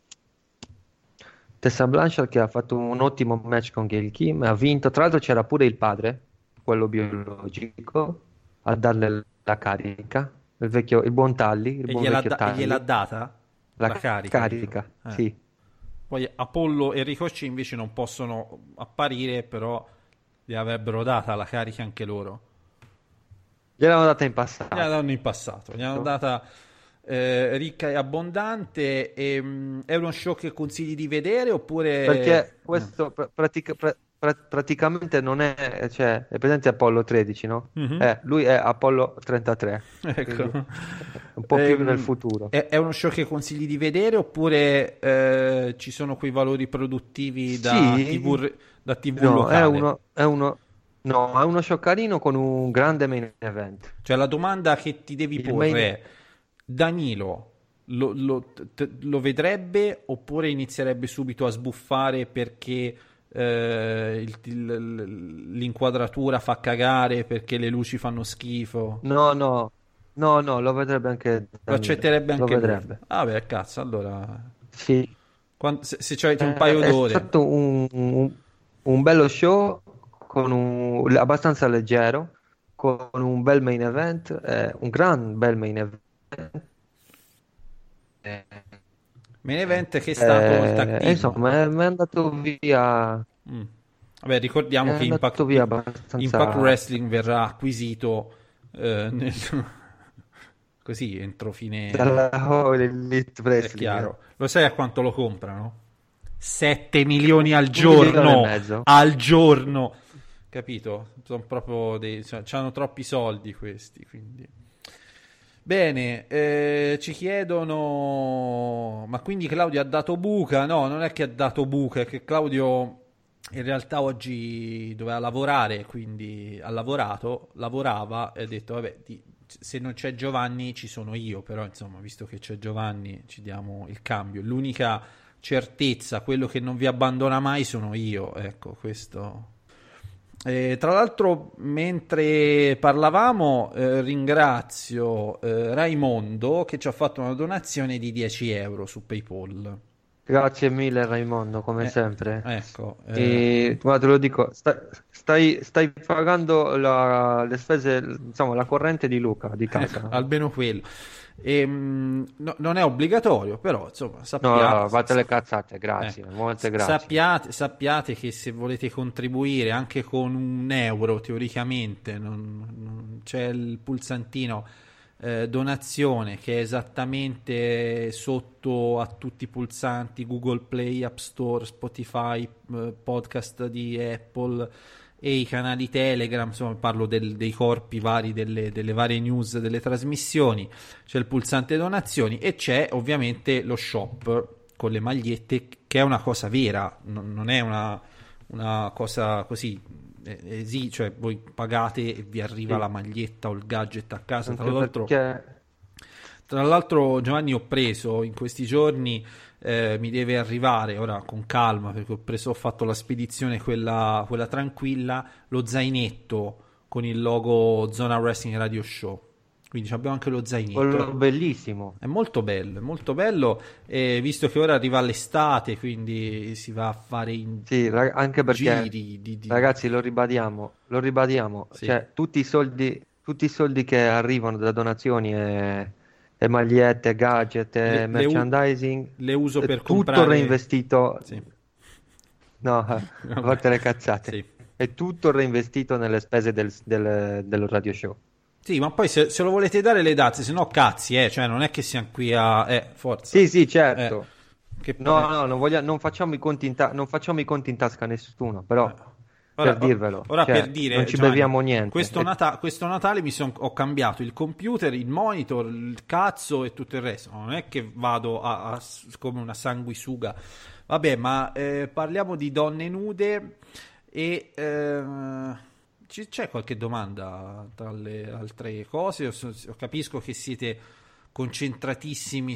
che ha fatto un ottimo match con Gail Kim, ha vinto. Tra l'altro c'era pure il padre, quello biologico, a darle la carica. Il buon Tully, e gliel'ha data la carica. Sì. Poi Apollo e Ricochet invece non possono apparire, però gli avrebbero data la carica anche loro. Gliel'hanno data in passato. Gliel'hanno data ricca e abbondante. È uno show che consigli di vedere oppure... Perché questo praticamente non è, cioè, è presente Apollo 13, no? Mhm. Lui è Apollo 33, Ecco. quindi un po' più nel futuro. È uno show che consigli di vedere oppure ci sono quei valori produttivi da Sì, da TV no, locale? no, è uno show carino con un grande main event. Cioè la domanda che ti devi Il porre main- è: Danilo lo vedrebbe oppure inizierebbe subito a sbuffare perché l'inquadratura fa cagare, perché le luci fanno schifo? No, lo vedrebbe anche Lo Danilo, accetterebbe lo anche lui. vedrebbe. Ah, beh, cazzo, allora. Sì, Se c'avete un paio è d'ore. stato un bello show abbastanza leggero, con un bel main event, un gran bel main event. Main event che è stato il tag team. Insomma, mi è andato via, Mm. Vabbè, ricordiamo che abbastanza Impact Wrestling verrà acquisito così entro fine. dalla All Elite È Wrestling. chiaro. Lo sai a quanto lo comprano? 7 milioni al 1,5 giorno. milioni. Al giorno. Capito? Sono proprio hanno troppi soldi questi, quindi. Bene, ci chiedono, ma quindi Claudio ha dato buca? No, non è che ha dato buca, è che Claudio in realtà oggi doveva lavorare, quindi ha lavorato, lavorava e ha detto, vabbè, se non c'è Giovanni ci sono io, però insomma, visto che c'è Giovanni ci diamo il cambio. L'unica certezza, quello che non vi abbandona mai sono io, ecco, questo. Tra l'altro, mentre parlavamo, ringrazio Raimondo che ci ha fatto una donazione di 10 euro su PayPal. Grazie mille Raimondo, come sempre. Ecco, E, guarda, te lo dico, stai pagando le spese, insomma, la corrente di Luca, di casa. almeno quello. Non è obbligatorio, però insomma, No, sappiate, fate le cazzate, grazie, molte grazie. sappiate che se volete contribuire anche con €1, teoricamente, non c'è il pulsantino donazione che è esattamente sotto a tutti i pulsanti Google Play, App Store, Spotify, podcast di Apple e i canali Telegram, insomma parlo dei corpi vari delle varie news delle trasmissioni. C'è il pulsante donazioni e c'è ovviamente lo shop con le magliette, che è una cosa vera, non è una cosa così, cioè voi pagate e vi arriva Sì. la maglietta o il gadget a casa. Anche Tra l'altro Giovanni, ho preso in questi giorni, mi deve arrivare ora con calma perché ho fatto la spedizione quella tranquilla, lo zainetto con il logo Zona Wrestling Radio Show. Quindi abbiamo anche lo zainetto. quello bellissimo. È molto bello, visto che ora arriva l'estate, quindi si va a fare Sì, anche perché, giri di. ragazzi, lo ribadiamo, Sì. cioè tutti i soldi che arrivano da donazioni e magliette, gadget, Le- le u- merchandising, le uso è per tutto comprare. reinvestito. Sì. No, a Vabbè. parte le cazzate. Sì. È tutto reinvestito nelle spese del radio show. Sì, ma poi se lo volete dare le date, se no cazzi, cioè non è che siamo qui a. Forza. Sì, certo. Che- No, non facciamo i conti non facciamo i conti in tasca a nessuno, però Ora- per dirvelo, ora cioè, per dire, non ci Giovanni, beviamo niente. Questo Natale ho cambiato il computer, il monitor, il cazzo e tutto il resto. Non è che vado come una sanguisuga. Vabbè, ma parliamo di donne nude e c'è qualche domanda tra le altre cose? Capisco che siete concentratissimi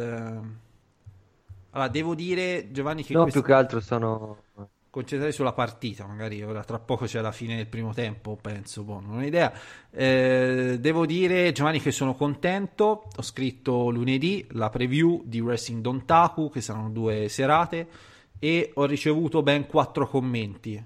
allora, devo dire, Giovanni, che No, più che altro sono... concentrare sulla partita, magari ora tra poco c'è la fine del primo tempo, penso, non ho idea. Devo dire, Giovanni, che sono contento. Ho scritto lunedì la preview di Wrestling Dontaku, che saranno 2 serate, e ho ricevuto ben 4 commenti.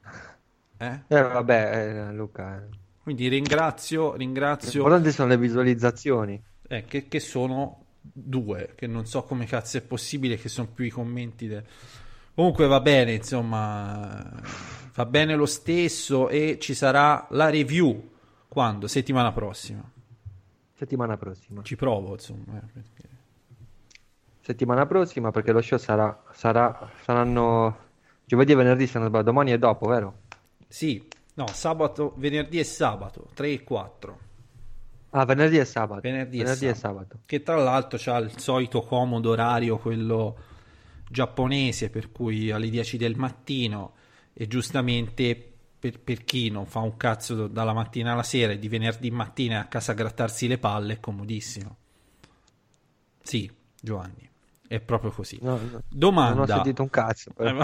vabbè, Luca. Quindi ringrazio L'importante sono le visualizzazioni. che sono 2, che non so come cazzo è possibile che sono più i commenti comunque va bene, insomma, va bene lo stesso. E ci sarà la review quando? Settimana prossima Settimana prossima. ci provo, insomma, Settimana prossima, perché lo show saranno Giovedì e venerdì, se non sbaglio, domani e dopo, vero? Sì, no, sabato, venerdì e sabato, 3 e 4. Ah, venerdì e sabato. Venerdì e e sabato. Che tra l'altro c'ha il solito comodo orario, quello giapponese, per cui alle 10 del mattino, e giustamente per chi non fa un cazzo dalla mattina alla sera e di venerdì mattina è a casa a grattarsi le palle, è comodissimo. Sì, Giovanni, è proprio così. Domanda. Non ho sentito un cazzo. Però.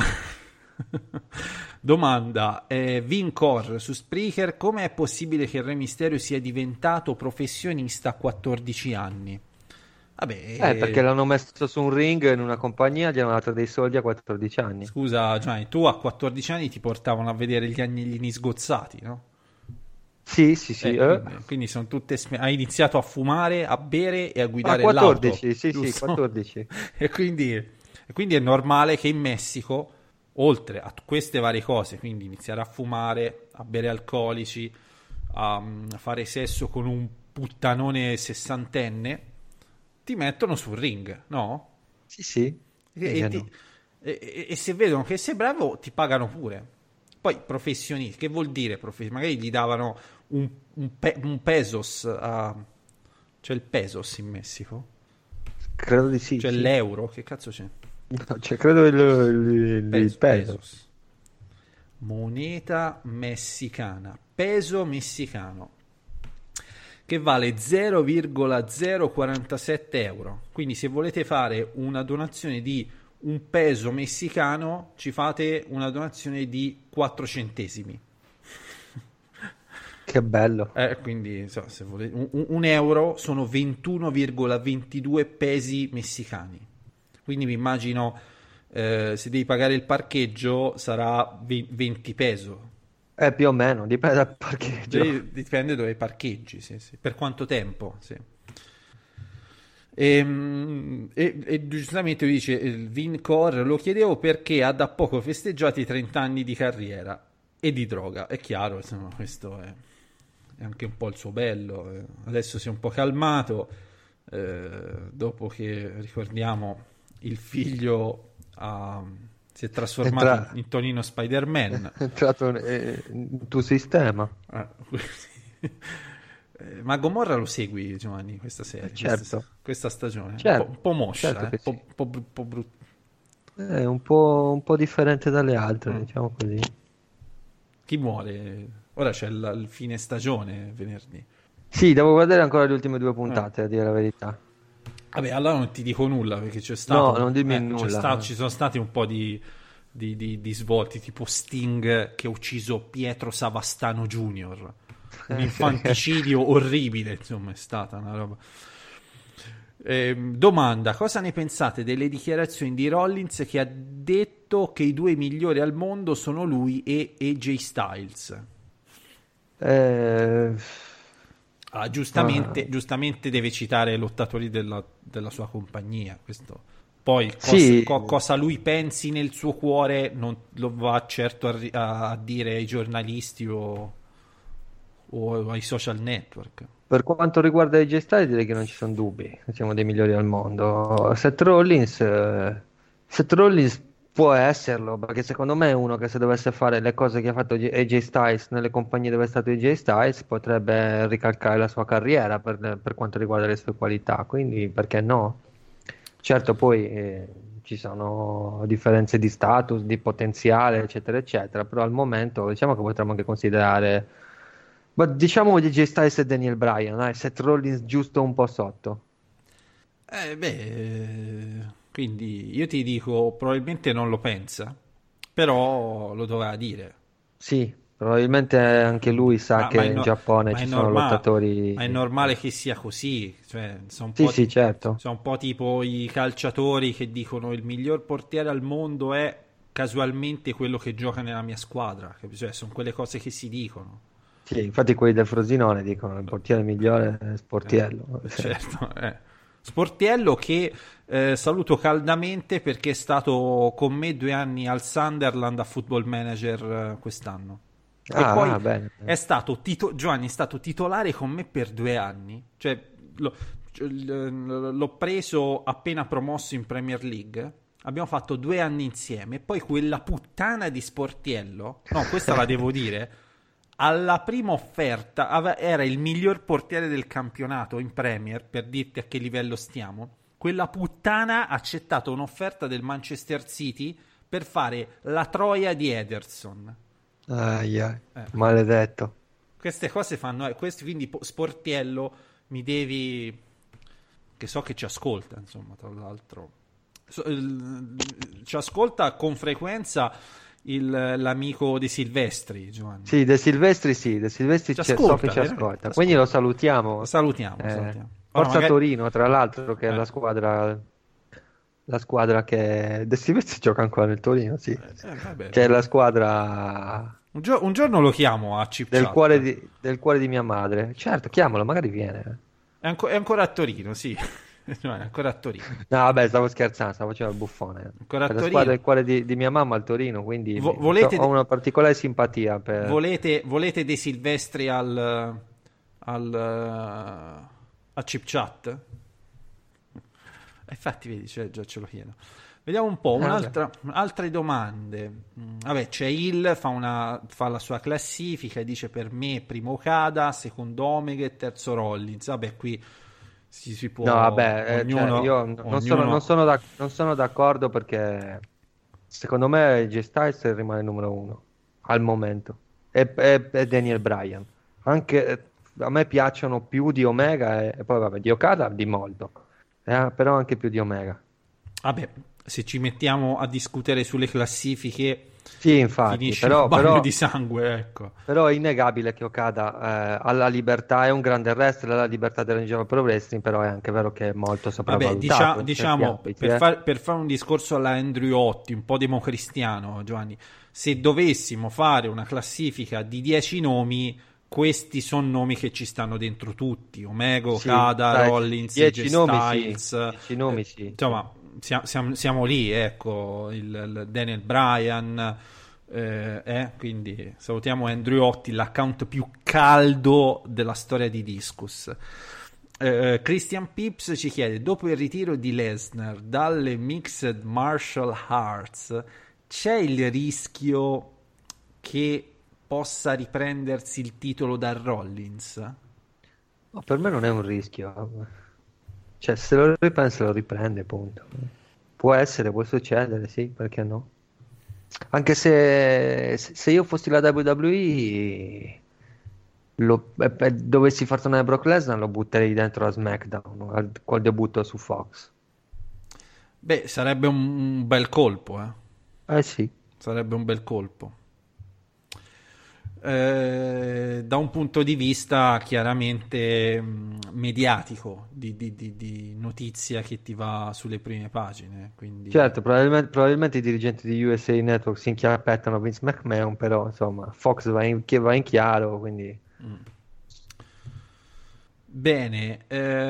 Domanda, Vincor su Spreaker: come è possibile che Re Mysterio sia diventato professionista a 14 anni? Vabbè, perché l'hanno messo su un ring in una compagnia, gli hanno dato dei soldi a 14 anni. Scusa Gianni, tu a 14 anni ti portavano a vedere gli agnellini sgozzati, no? Sì. Quindi sono tutte hai iniziato a fumare, a bere e a guidare 14, l'auto, sì, giusto? 14. E quindi è normale che in Messico, oltre a queste varie cose, quindi iniziare a fumare, a bere alcolici, a fare sesso con un puttanone sessantenne, ti mettono sul ring, no? Sì. E se vedono che sei bravo ti pagano pure. Poi professionisti, che vuol dire magari gli davano un pesos c'è il pesos in Messico? Credo di sì. C'è l'euro, che cazzo c'è? No, c'è credo il pesos. Moneta messicana, peso messicano, che vale 0,047 euro. Quindi se volete fare una donazione di un peso messicano, ci fate una donazione di 4 centesimi. Che bello. Quindi se volete, un euro sono 21,22 pesi messicani. Quindi mi immagino se devi pagare il parcheggio sarà 20 peso. Più o meno, dipende dal parcheggio. Dipende dove parcheggi, sì. Per quanto tempo, sì. E giustamente dice il Vincor: lo chiedevo perché ha da poco festeggiato i 30 anni di carriera e di droga. È chiaro, insomma, questo è anche un po' il suo bello. Adesso si è un po' calmato, dopo che, ricordiamo, il figlio si è trasformato in Tonino Spider-Man. È entrato in tuo sistema. Ma Gomorra lo segui, Giovanni, questa serie? Certo. Questa stagione? Certo. Un po' moscia, Certo sì. un po' brutta. È un po' differente dalle altre, diciamo così. Chi muore? Ora c'è il fine stagione venerdì. Sì, devo guardare ancora le ultime 2 puntate, a dire la verità. Vabbè, allora non ti dico nulla, perché c'è stato... No, non dirmi nulla. Ci sono stati un po' di svolti, tipo Sting che ha ucciso Pietro Savastano Jr. Un infanticidio orribile, insomma, è stata una roba. Domanda: cosa ne pensate delle dichiarazioni di Rollins, che ha detto che i 2 migliori al mondo sono lui e AJ Styles? Giustamente deve citare lottatori della sua compagnia, questo. Poi cosa lui pensi nel suo cuore non lo va certo a dire ai giornalisti o ai social network. Per quanto riguarda AJ Styles, direi che non ci sono dubbi, siamo dei migliori al mondo. Seth Rollins può esserlo, perché secondo me è uno che, se dovesse fare le cose che ha fatto AJ Styles nelle compagnie dove è stato AJ Styles, potrebbe ricalcare la sua carriera per quanto riguarda le sue qualità, quindi perché no? Certo, poi ci sono differenze di status, di potenziale, eccetera eccetera, però al momento diciamo che potremmo anche considerare, ma diciamo AJ Styles e Daniel Bryan, Seth Rollins giusto un po' sotto. Quindi io ti dico, probabilmente non lo pensa, però lo doveva dire. Sì, probabilmente anche lui sa che in Giappone ci sono lottatori. Ma è normale che sia così, cioè, sì, certo. Sono un po' tipo i calciatori che dicono il miglior portiere al mondo è casualmente quello che gioca nella mia squadra, cioè, sono quelle cose che si dicono. Sì, infatti quelli del Frosinone dicono il portiere migliore è Sportiello. Certo, Sportiello, che saluto caldamente perché è stato con me 2 anni al Sunderland a Football Manager quest'anno. E poi bene. Giovanni è stato titolare con me per 2 anni. Cioè, l'ho preso appena promosso in Premier League abbiamo fatto 2 anni insieme e poi quella puttana di Sportiello, no, questa la devo dire, alla prima offerta era il miglior portiere del campionato in Premier, per dirti a che livello stiamo. Quella puttana ha accettato un'offerta del Manchester City per fare la Troia di Ederson. Maledetto. Queste cose fanno, quindi Sportiello mi devi, che so che ci ascolta, insomma, tra l'altro ci ascolta con frequenza l'amico De Silvestri, Giovanni. Sì, De Silvestri Ci so ascolta, che ci ascolta, veramente, quindi lo salutiamo. Salutiamo. Forza magari... Torino, tra l'altro, che è la squadra che De Silvestri gioca ancora nel Torino, sì. Vabbè. C'è la squadra un giorno lo chiamo a Chip del Chat. cuore di mia madre. Certo, chiamalo, magari viene. È ancora a Torino, sì. È ancora a Torino. No, vabbè, stavo scherzando, stavo facendo il buffone. Ancora a È la Torino. squadra del cuore di mia mamma al Torino, quindi ho una particolare simpatia per... Volete dei Silvestri a Chip Chat? Infatti, vedi, già ce lo chiedo. Vediamo un po', altre domande. Vabbè, c'è fa la sua classifica e dice: per me primo Okada, secondo Omega e terzo Rollins. Vabbè, qui si può... No, vabbè, ognuno, io non sono d'accordo, perché secondo me J Styles rimane il numero 1 al momento e Daniel Bryan. Anche a me piacciono più di Omega e poi vabbè, di Okada di molto, però anche più di Omega. Vabbè, se ci mettiamo a discutere sulle classifiche, sì, infatti, finisce un bagno di sangue, ecco. Però è innegabile che Okada ha la libertà, è un grande wrestler, ha la libertà del New Pro Wrestling, però è anche vero che è molto sopravvalutato. Vabbè, diciamo per fare un discorso alla Andrew Otti, un po' democristiano, Giovanni, se dovessimo fare una classifica di 10 nomi, questi sono nomi che ci stanno dentro tutti: Omega, Okada, Rollins, 10 Styles, nomi, 10 nomi, sì. Insomma, siamo lì, ecco, il Daniel Bryan, quindi salutiamo Andrew Otti, l'account più caldo della storia di Discus. Christian Pips ci chiede: dopo il ritiro di Lesnar dalle Mixed Martial Arts, c'è il rischio che possa riprendersi il titolo da Rollins? No, per me non è un rischio. Cioè, se lo riprende, punto. Può essere, può succedere, sì, perché no? Anche se io fossi la WWE, dovessi far tornare Brock Lesnar, lo butterei dentro a SmackDown col debutto su Fox. Beh, sarebbe un bel colpo, sì. Sarebbe un bel colpo. Da un punto di vista chiaramente mediatico, di notizia che ti va sulle prime pagine, quindi... Certo, probabilmente i dirigenti di USA Network si inchiappettano Vince McMahon, però insomma Fox va in chiaro, quindi... Bene,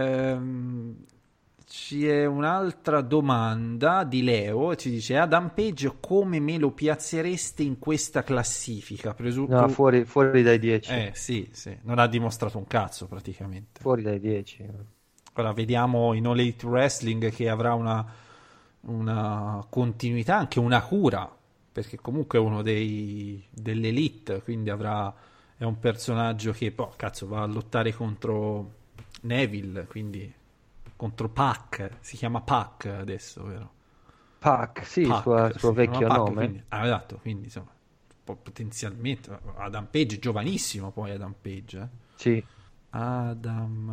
c'è un'altra domanda di Leo, ci dice: Adam Page come me lo piazzereste in questa classifica? No, fuori dai 10. Sì, non ha dimostrato un cazzo praticamente. Fuori dai 10. Ora vediamo in All Elite Wrestling, che avrà una continuità, anche una cura, perché comunque è uno dell'Elite, quindi è un personaggio che va a lottare contro Neville, quindi contro Pac, si chiama Pac adesso, vero? Pac, sì, il suo vecchio nome. Esatto, quindi insomma, potenzialmente Adam Page, giovanissimo poi Adam Page. Sì. Adam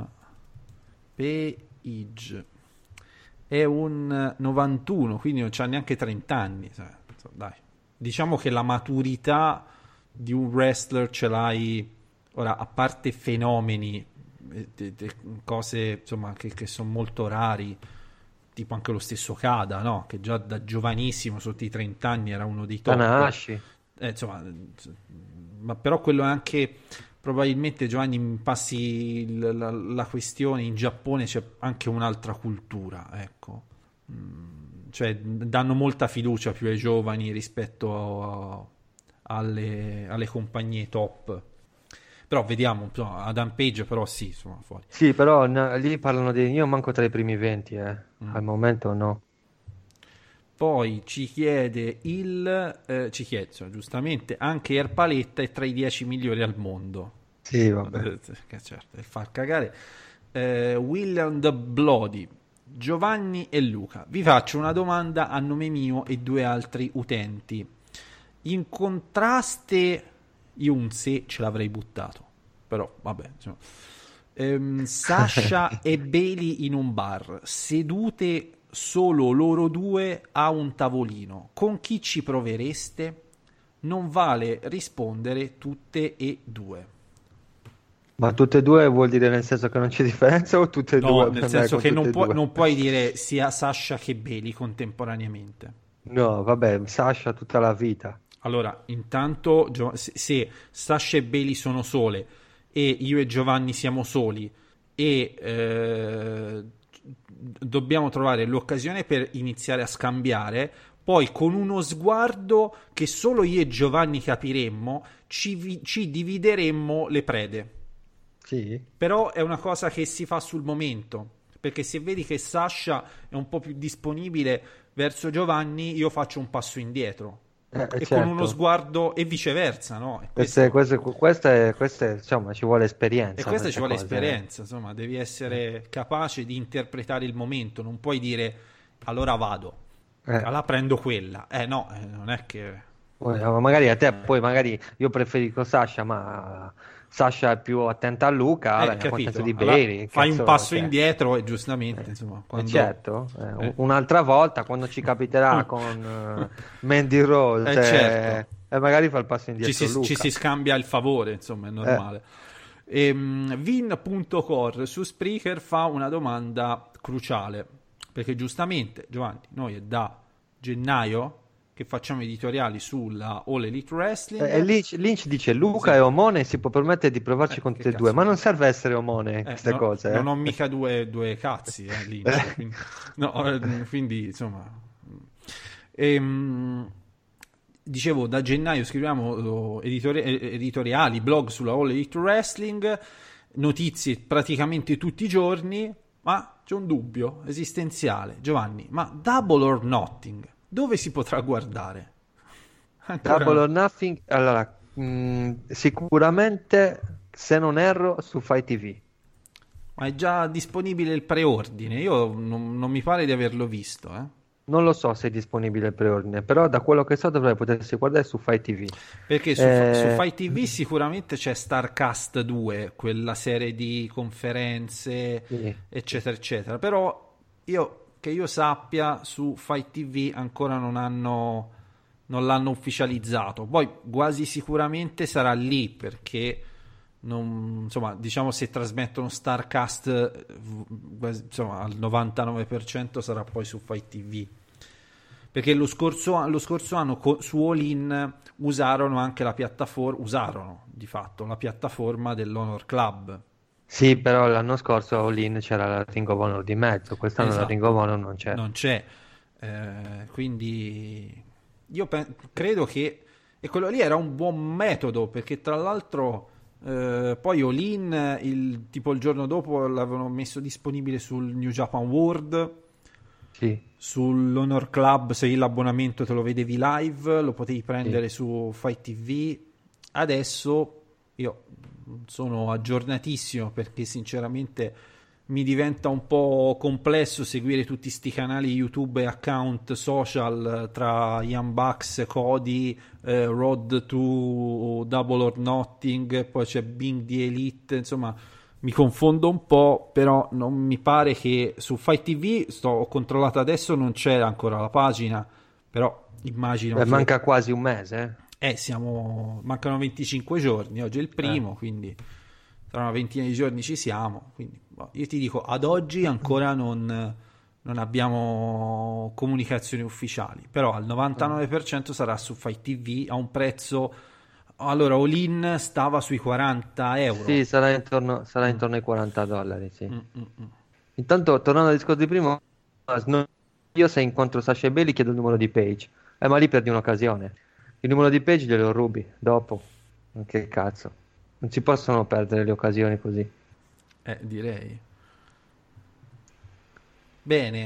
Page è un 91, quindi non c'ha neanche 30 anni. Dai. Diciamo che la maturità di un wrestler ce l'hai, ora, a parte fenomeni, cose insomma che sono molto rari, tipo anche lo stesso Kada, no? Che già da giovanissimo, sotto i 30 anni, era uno dei top. Tanahashi. Insomma, ma però quello è anche, probabilmente, Giovanni, mi passi la questione, in Giappone c'è anche un'altra cultura, ecco. Cioè danno molta fiducia più ai giovani rispetto alle compagnie top. Però vediamo, Adam Page però sì, insomma, fuori. Sì, però lì parlano io manco tra i primi 20, al momento no. Poi ci chiede giustamente anche Erpaletta è tra i 10 migliori al mondo. Sì, vabbè. Che certo, fa cagare. William the Bloody, Giovanni e Luca, vi faccio una domanda a nome mio e 2 altri utenti. In contraste, io un se ce l'avrei buttato, però vabbè, insomma. Sasha e Bailey in un bar, sedute solo loro 2 a un tavolino, con chi ci provereste? Non vale rispondere tutte e 2. Ma tutte e 2 vuol dire nel senso che non c'è differenza o tutte e No, due? nel senso che non puoi puoi dire sia Sasha che Bailey contemporaneamente. No, vabbè, Sasha tutta la vita. Allora, intanto se Sasha e Bailey sono sole e io e Giovanni siamo soli e dobbiamo trovare l'occasione per iniziare a scambiare, poi con uno sguardo che solo io e Giovanni capiremmo ci divideremmo le prede. Sì. Però è una cosa che si fa sul momento, perché se vedi che Sasha è un po' più disponibile verso Giovanni, io faccio un passo indietro e certo. con uno sguardo e viceversa, no? E Questa insomma ci vuole esperienza. e questa ci vuole cose. esperienza, insomma, devi essere capace di interpretare il momento, non puoi dire allora vado, allora prendo quella. No, non è che... Ma magari a te, poi magari io preferisco Sasha, ma Sasha è più attenta a Luca, ne capito. contento di Allora, Bailey. fai cazzo, un passo cioè. indietro e giustamente, insomma, quando... Certo, un'altra volta quando ci capiterà con Mandy Rose, certo. e magari fa il passo indietro Luca. Ci si scambia il favore, insomma, è normale. Vin.core su Spreaker fa una domanda cruciale, perché giustamente, Giovanni, noi è da gennaio che facciamo editoriali sulla All Elite Wrestling. E Lynch dice Luca è omone e si può permettere di provarci con tutte e due, ma non serve essere omone queste cose. Non ho mica due cazzi, Lynch, quindi insomma... dicevo, da gennaio scriviamo editoriali, blog sulla All Elite Wrestling, notizie praticamente tutti i giorni, ma c'è un dubbio esistenziale. Giovanni, ma Double or Nothing dove si potrà guardare? Ancora Double or Nothing, allora, sicuramente, se non erro, su Fight TV. Ma è già disponibile il preordine? Io non mi pare di averlo visto, Non lo so se è disponibile il preordine, però da quello che so dovrebbe potersi guardare su Fight TV. Perché su Fight TV sicuramente c'è Starcast 2, quella serie di conferenze, eccetera, eccetera. Però che io sappia, su Fight TV ancora non l'hanno ufficializzato. Poi quasi sicuramente sarà lì, perché insomma, diciamo, se trasmettono Starcast, insomma, al 99% sarà poi su Fight TV, perché lo scorso anno su All In usarono anche la piattaforma, di fatto la piattaforma dell'Honor Club. Sì, però l'anno scorso All In c'era la Ring of Honor di mezzo, quest'anno Esatto. la Ring of Honor non c'è. Quindi io credo che quello lì era un buon metodo, perché tra l'altro poi All In il giorno dopo l'avevano messo disponibile sul New Japan World, sì. Sull'Honor Club, se l'abbonamento te lo vedevi live lo potevi prendere su Fight TV. Adesso io sono aggiornatissimo, perché sinceramente mi diventa un po' complesso seguire tutti sti canali YouTube e account social tra Young Bucks, Cody, Road to Double or Nothing, poi c'è Bing the Elite, insomma mi confondo un po', però non mi pare che su Fight TV, ho controllato adesso, non c'è ancora la pagina, però immagino che... manca quasi un mese, mancano 25 giorni, oggi è il primo, quindi tra una ventina di giorni ci siamo, quindi io ti dico, ad oggi ancora non abbiamo comunicazioni ufficiali, però al 99% sarà su Fight TV a un prezzo. Allora, All In stava sui €40. Sì, sarà intorno ai $40, sì. Intanto, tornando al discorso di prima, io se incontro Sasha e Bailey chiedo il numero di Page, ma lì perdi un'occasione. Il numero di Page glielo rubi dopo. Che cazzo, non si possono perdere le occasioni così. Direi. Bene,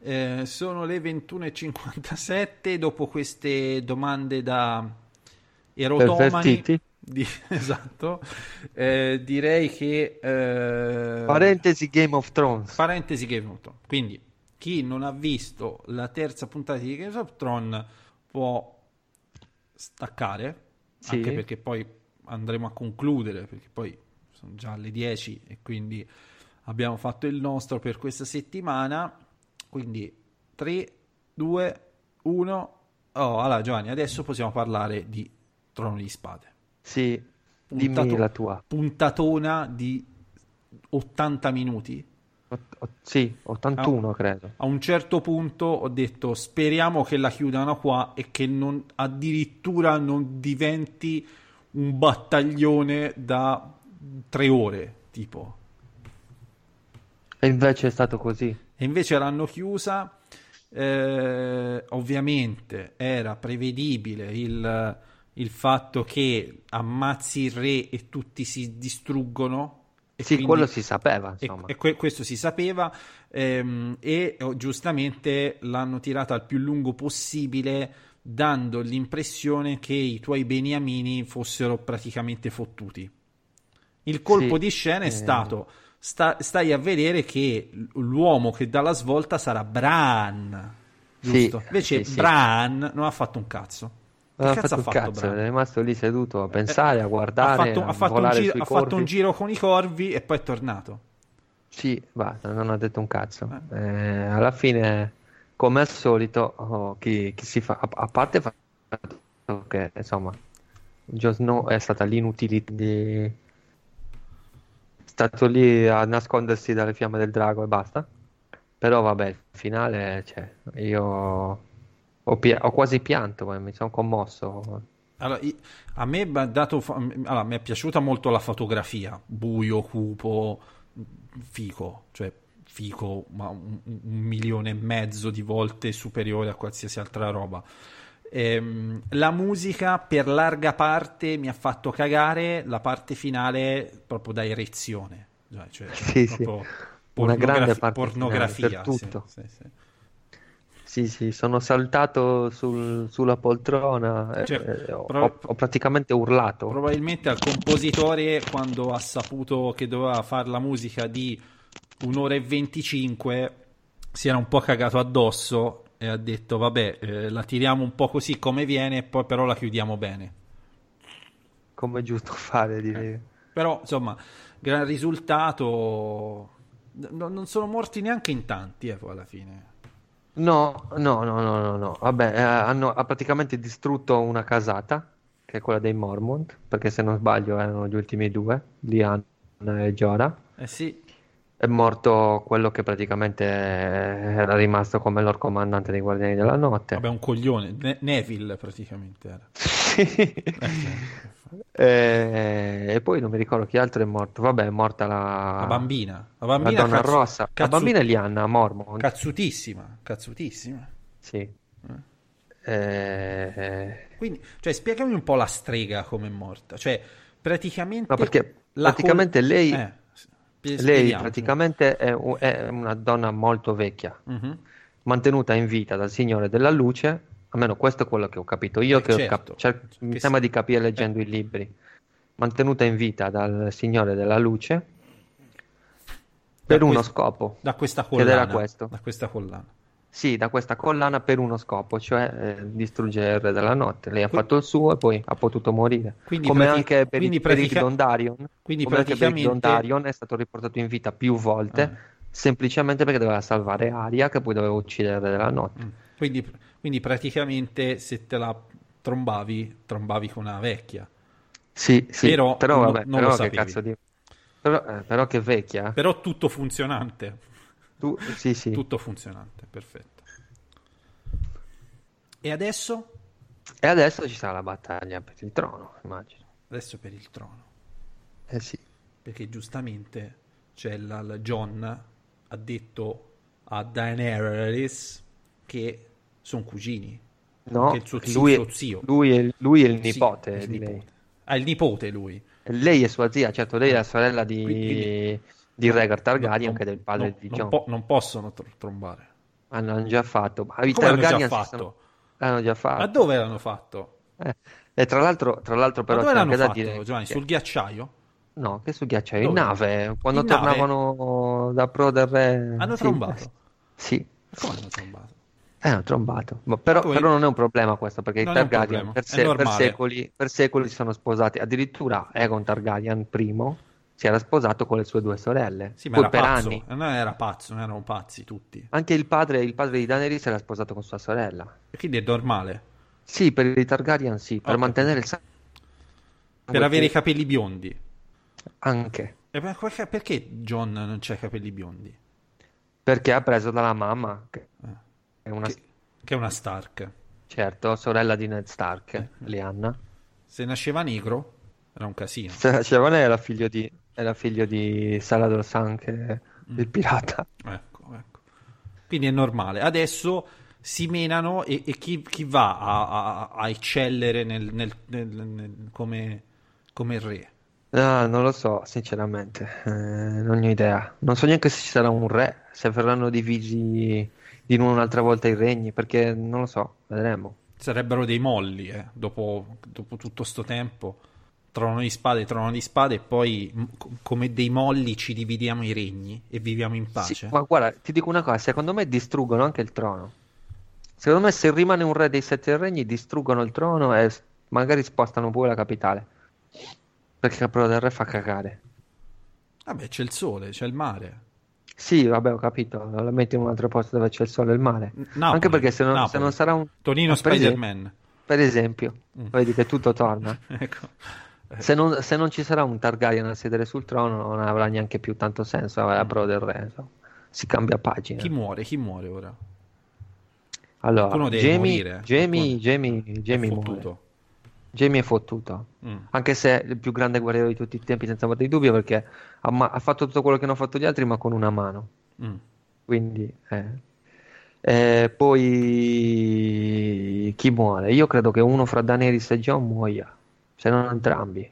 Sono le 21:57 dopo queste domande da erotomani. Pervertiti. Esatto. Direi che Parentesi Game of Thrones. Quindi chi non ha visto la terza puntata di Game of Thrones può staccare, Sì. anche perché poi andremo a concludere, perché poi sono già le 10 e quindi abbiamo fatto il nostro per questa settimana. Quindi 3, 2, 1. Allora Giovanni, adesso possiamo parlare di Trono di Spade. Sì, dimmi la tua. Puntatona di 80 minuti. Sì, 81 credo. A un certo punto ho detto speriamo che la chiudano qua e che addirittura non diventi un battaglione da 3 ore, tipo. E invece è stato così. E invece l'hanno chiusa. Ovviamente era prevedibile il fatto che ammazzi il re e tutti si distruggono. E Sì, quindi, quello si sapeva, insomma. questo si sapeva, giustamente l'hanno tirata al più lungo possibile, dando l'impressione che i tuoi beniamini fossero praticamente fottuti. Il colpo Sì, di scena è stato: stai a vedere che l'uomo che dà la svolta sarà Bran, giusto? Sì, Invece sì. Bran non ha fatto un cazzo. Non Che ha cazzo fatto un cazzo, Bran? è rimasto lì seduto a pensare, a guardare, ha fatto volare sui ha fatto un corvi. giro con i corvi e poi è tornato. Sì, basta, non ha detto un cazzo. Alla fine, come al solito, chi si fa... A parte il fatto che, insomma, Jon Snow è stata l'inutilità di... stato lì a nascondersi dalle fiamme del drago e basta. Però vabbè, il finale, cioè, io ho quasi pianto, mi sono commosso. Allora, a me mi è piaciuta molto la fotografia, buio, cupo, fico, cioè fico, ma 1,5 milioni di volte superiore a qualsiasi altra roba. La musica per larga parte mi ha fatto cagare, la parte finale proprio da erezione, cioè Sì, proprio una grande parte pornografia, finale, per tutto. sì. Sì, sono saltato sulla poltrona, Cioè, ho praticamente urlato. Probabilmente al compositore, quando ha saputo che doveva fare la musica di 1 ora e 25, si era un po' cagato addosso e ha detto vabbè, la tiriamo un po' così come viene, poi però la chiudiamo bene. Come è giusto fare, direi. Però insomma, gran risultato. Non sono morti neanche in tanti, poi alla fine. No. Vabbè, ha praticamente distrutto una casata, che è quella dei Mormont, perché se non sbaglio erano gli ultimi due, Lyanna e Jorah. Sì. È morto quello che praticamente era rimasto come Lord Comandante dei Guardiani della Notte. Vabbè, un coglione. Neville praticamente era. E poi non mi ricordo chi altro è morto. Vabbè, è morta La bambina. la donna rossa. La bambina è Lyanna Mormont. Cazzutissima. Sì. Quindi, cioè, spiegami un po' la strega come è morta. Cioè, praticamente... No, perché praticamente lei spieghiamo. praticamente è una donna molto vecchia, Mhm. mantenuta in vita dal Signore della Luce, almeno questo è quello che ho capito io, certo. mi Che sembra di capire leggendo i libri. Mantenuta in vita dal Signore della Luce per uno scopo, Da questa ed collana. era questo. Da questa collana. Sì, da questa collana per uno scopo, cioè distruggere il Re della Notte. Lei ha fatto il suo e poi ha potuto morire. Quindi Come prati- anche per quindi Beric pratica- Dondarrion. quindi Come anche Beric praticamente- Dondarrion è stato riportato in vita più volte, semplicemente perché doveva salvare Arya, che poi doveva uccidere il Re della Notte. Quindi praticamente se te la trombavi con una vecchia. Sì, Però vabbè, non però lo che sapevi. cazzo di... Però che vecchia. Però tutto funzionante. Sì. Tutto funzionante, perfetto. E adesso? E adesso ci sarà la battaglia per il trono, immagino. Adesso per il trono. Sì. Perché giustamente c'è il John ha detto a Daenerys che sono cugini. No, Che il suo zio. lui è il Sì, nipote il di lei. nipote. Ah, il nipote lui. Lei è sua zia, certo, lei è la sorella di Quindi- Rhaegar Targaryen, che è del padre di Jon. Non possono trombare. Hanno già fatto. Ma i Come hanno già Targaryen fatto? hanno già fatto. Ma dove l'hanno fatto? E tra l'altro Ma però dove c'è l'hanno anche da fatto, dire Giovanni? Sul ghiacciaio? no, che su ghiacciaio, in Dove? nave, quando In nave? tornavano da Pro del Re. Hanno Sì, trombato? Sì, Come hanno trombato? hanno trombato. Ma però, Come- però non è un problema questo, perché i Non è un Targaryen problema, è normale. per secoli si sono sposati. Addirittura Aegon Targaryen I si era sposato con le sue due sorelle. Sì, ma Poi era per pazzo. anni. Non era pazzo, non erano pazzi tutti. Anche il padre di Daenerys era sposato con sua sorella. E quindi è normale. Sì, per i Targaryen sì, per Ho mantenere il sangue. Per avere i capelli biondi. Anche Perché John non c'ha i capelli biondi? perché ha preso dalla mamma, che è una, Che è una Stark. certo, sorella di Ned Stark, Lyanna. Se nasceva negro, era un casino. Giovane era figlio di Salador San, che è il pirata. Ecco. Quindi è normale. Adesso si menano e chi va a eccellere come re? Ah, non lo so, sinceramente, non ho idea. Non so neanche se ci sarà un re, se verranno divisi di nuovo un'altra volta i regni, perché non lo so, vedremo. Sarebbero dei molli, dopo tutto sto tempo. Trono di spade, e poi come dei molli ci dividiamo i regni e viviamo in pace. Sì, ma guarda, ti dico una cosa, secondo me distruggono anche il trono. Secondo me se rimane un re dei sette regni, distruggono il trono e magari spostano pure la capitale. Perché il Pro del Re fa cagare. Vabbè, c'è il sole, c'è il mare. Sì, vabbè, ho capito, lo metti in un altro posto dove c'è il sole e il mare. Napoli, Anche perché se non Napoli. sarà un... Tonino per esempio- Spider-Man. Per esempio, vedi che tutto torna. Ecco. Se non ci sarà un Targaryen a sedere sul trono, non avrà neanche più tanto senso la Pro del Re. So. Si cambia pagina. Chi muore ora? Allora, Qualcuno deve Jamie morire. Jamie muore. Fottuto. Jamie è fottuto. Mm. Anche se è il più grande guerriero di tutti i tempi, senza ombra di dubbio, perché ha fatto tutto quello che hanno fatto gli altri, ma con una mano. Mm. Quindi, poi chi muore? Io credo che uno fra Daenerys e Jon muoia, se non entrambi.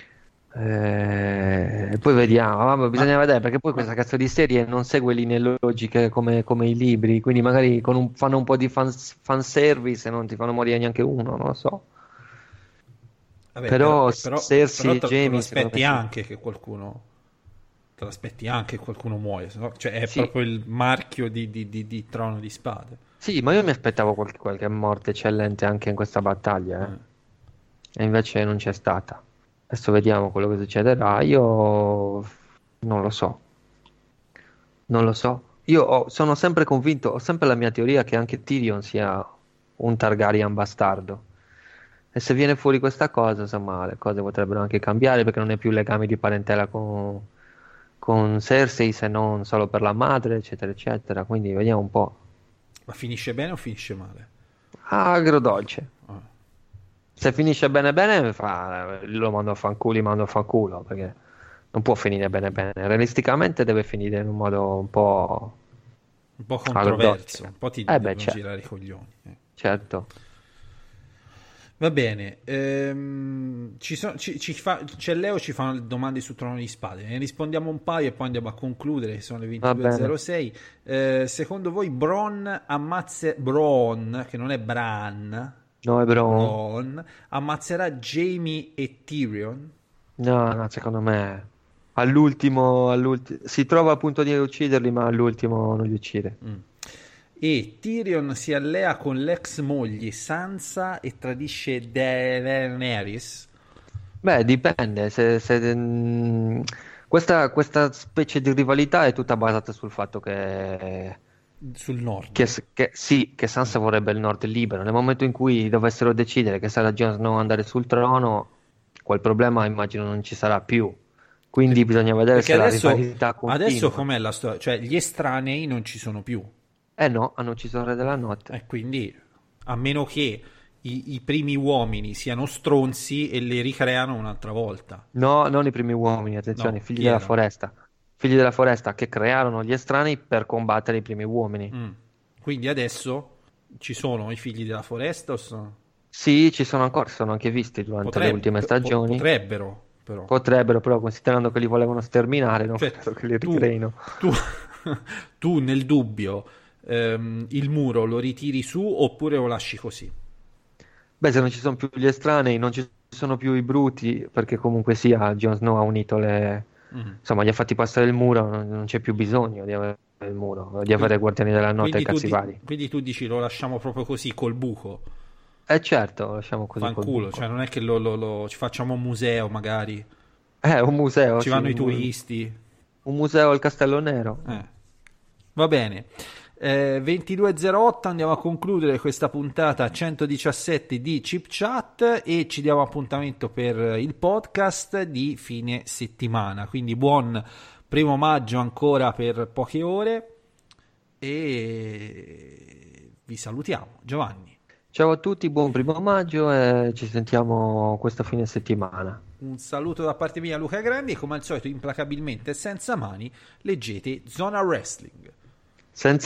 Poi vediamo, vabbè, bisogna vedere perché poi questa cazzo di serie non segue linee logiche come i libri, quindi magari fanno un po' di fanservice e non ti fanno morire neanche uno, non lo so. Vabbè, Però però Cersei e te Jaime, lo secondo aspetti me sì. anche che qualcuno te lo aspetti anche che qualcuno muoia, cioè è Sì. proprio il marchio di Trono di Spade. Sì, ma io mi aspettavo qualche morte eccellente anche in questa battaglia, e invece non c'è stata. Adesso vediamo quello che succederà. Io non lo so. Io sono sempre convinto, ho sempre la mia teoria che anche Tyrion sia un Targaryen bastardo. E se viene fuori questa cosa, insomma, le cose potrebbero anche cambiare perché non è più legami di parentela con Cersei, se non solo per la madre, eccetera, eccetera. Quindi vediamo un po'. Ma finisce bene o finisce male? Agrodolce. Ah. Se finisce bene bene, lo mando a fanculo, perché non può finire bene bene. Realisticamente deve finire in un modo un po'... Un po' controverso, agrodolce. un po' ti Beh, devono certo. girare i coglioni. Certo. Va bene, c'è Leo, ci fa domande su Trono di Spade, ne rispondiamo un paio e poi andiamo a concludere, che sono le Va bene. 22.06. Secondo voi Bronn, che non è Bran, No, è Bronn, ammazzerà Jaime e Tyrion? No, secondo me all'ultimo si trova a punto di ucciderli, ma all'ultimo non li uccide. E Tyrion si allea con l'ex moglie Sansa e tradisce Daenerys? Beh, dipende. Questa specie di rivalità è tutta basata sul fatto che Sul nord. che Sansa vorrebbe il nord libero. Nel momento in cui dovessero decidere che sarà Jon Snow andare sul trono, quel problema immagino non ci sarà più. Quindi bisogna vedere Perché se la adesso, rivalità continua. adesso com'è la storia? Cioè gli estranei non ci sono più. No, hanno ucciso il re della notte. E quindi, a meno che i primi uomini siano stronzi e le ricreano un'altra volta. No, non i primi uomini, attenzione, No, i figli chi della erano? foresta. Figli della foresta che crearono gli estranei per combattere i primi uomini. Quindi adesso ci sono i figli della foresta o sono... Sì, ci sono ancora, sono anche visti durante le ultime stagioni. Potrebbero, però. Potrebbero, però, considerando che li volevano sterminare, non Cioè, credo che li tu- ricreino. tu nel dubbio il muro lo ritiri su oppure lo lasci così? Beh, se non ci sono più gli estranei, non ci sono più i bruti, perché comunque sia, Jon Snow ha unito insomma, gli ha fatti passare il muro, non c'è più bisogno di avere il muro, di avere Guardiani della Notte e cazzi vari. Quindi tu dici lo lasciamo proprio così, col buco? Certo, lo lasciamo così col Fanculo, buco. cioè non è che ci facciamo un museo magari, Un museo, ci sì, vanno i turisti. un museo al Castello Nero. Va bene. 22.08 andiamo a concludere questa puntata 117 di Chip Chat e ci diamo appuntamento per il podcast di fine settimana, quindi buon 1° maggio ancora per poche ore e vi salutiamo. Giovanni, Ciao a tutti, buon 1° maggio e ci sentiamo questa fine settimana. un saluto da parte mia, Luca Grandi, e come al solito implacabilmente senza mani leggete Zona Wrestling. Senza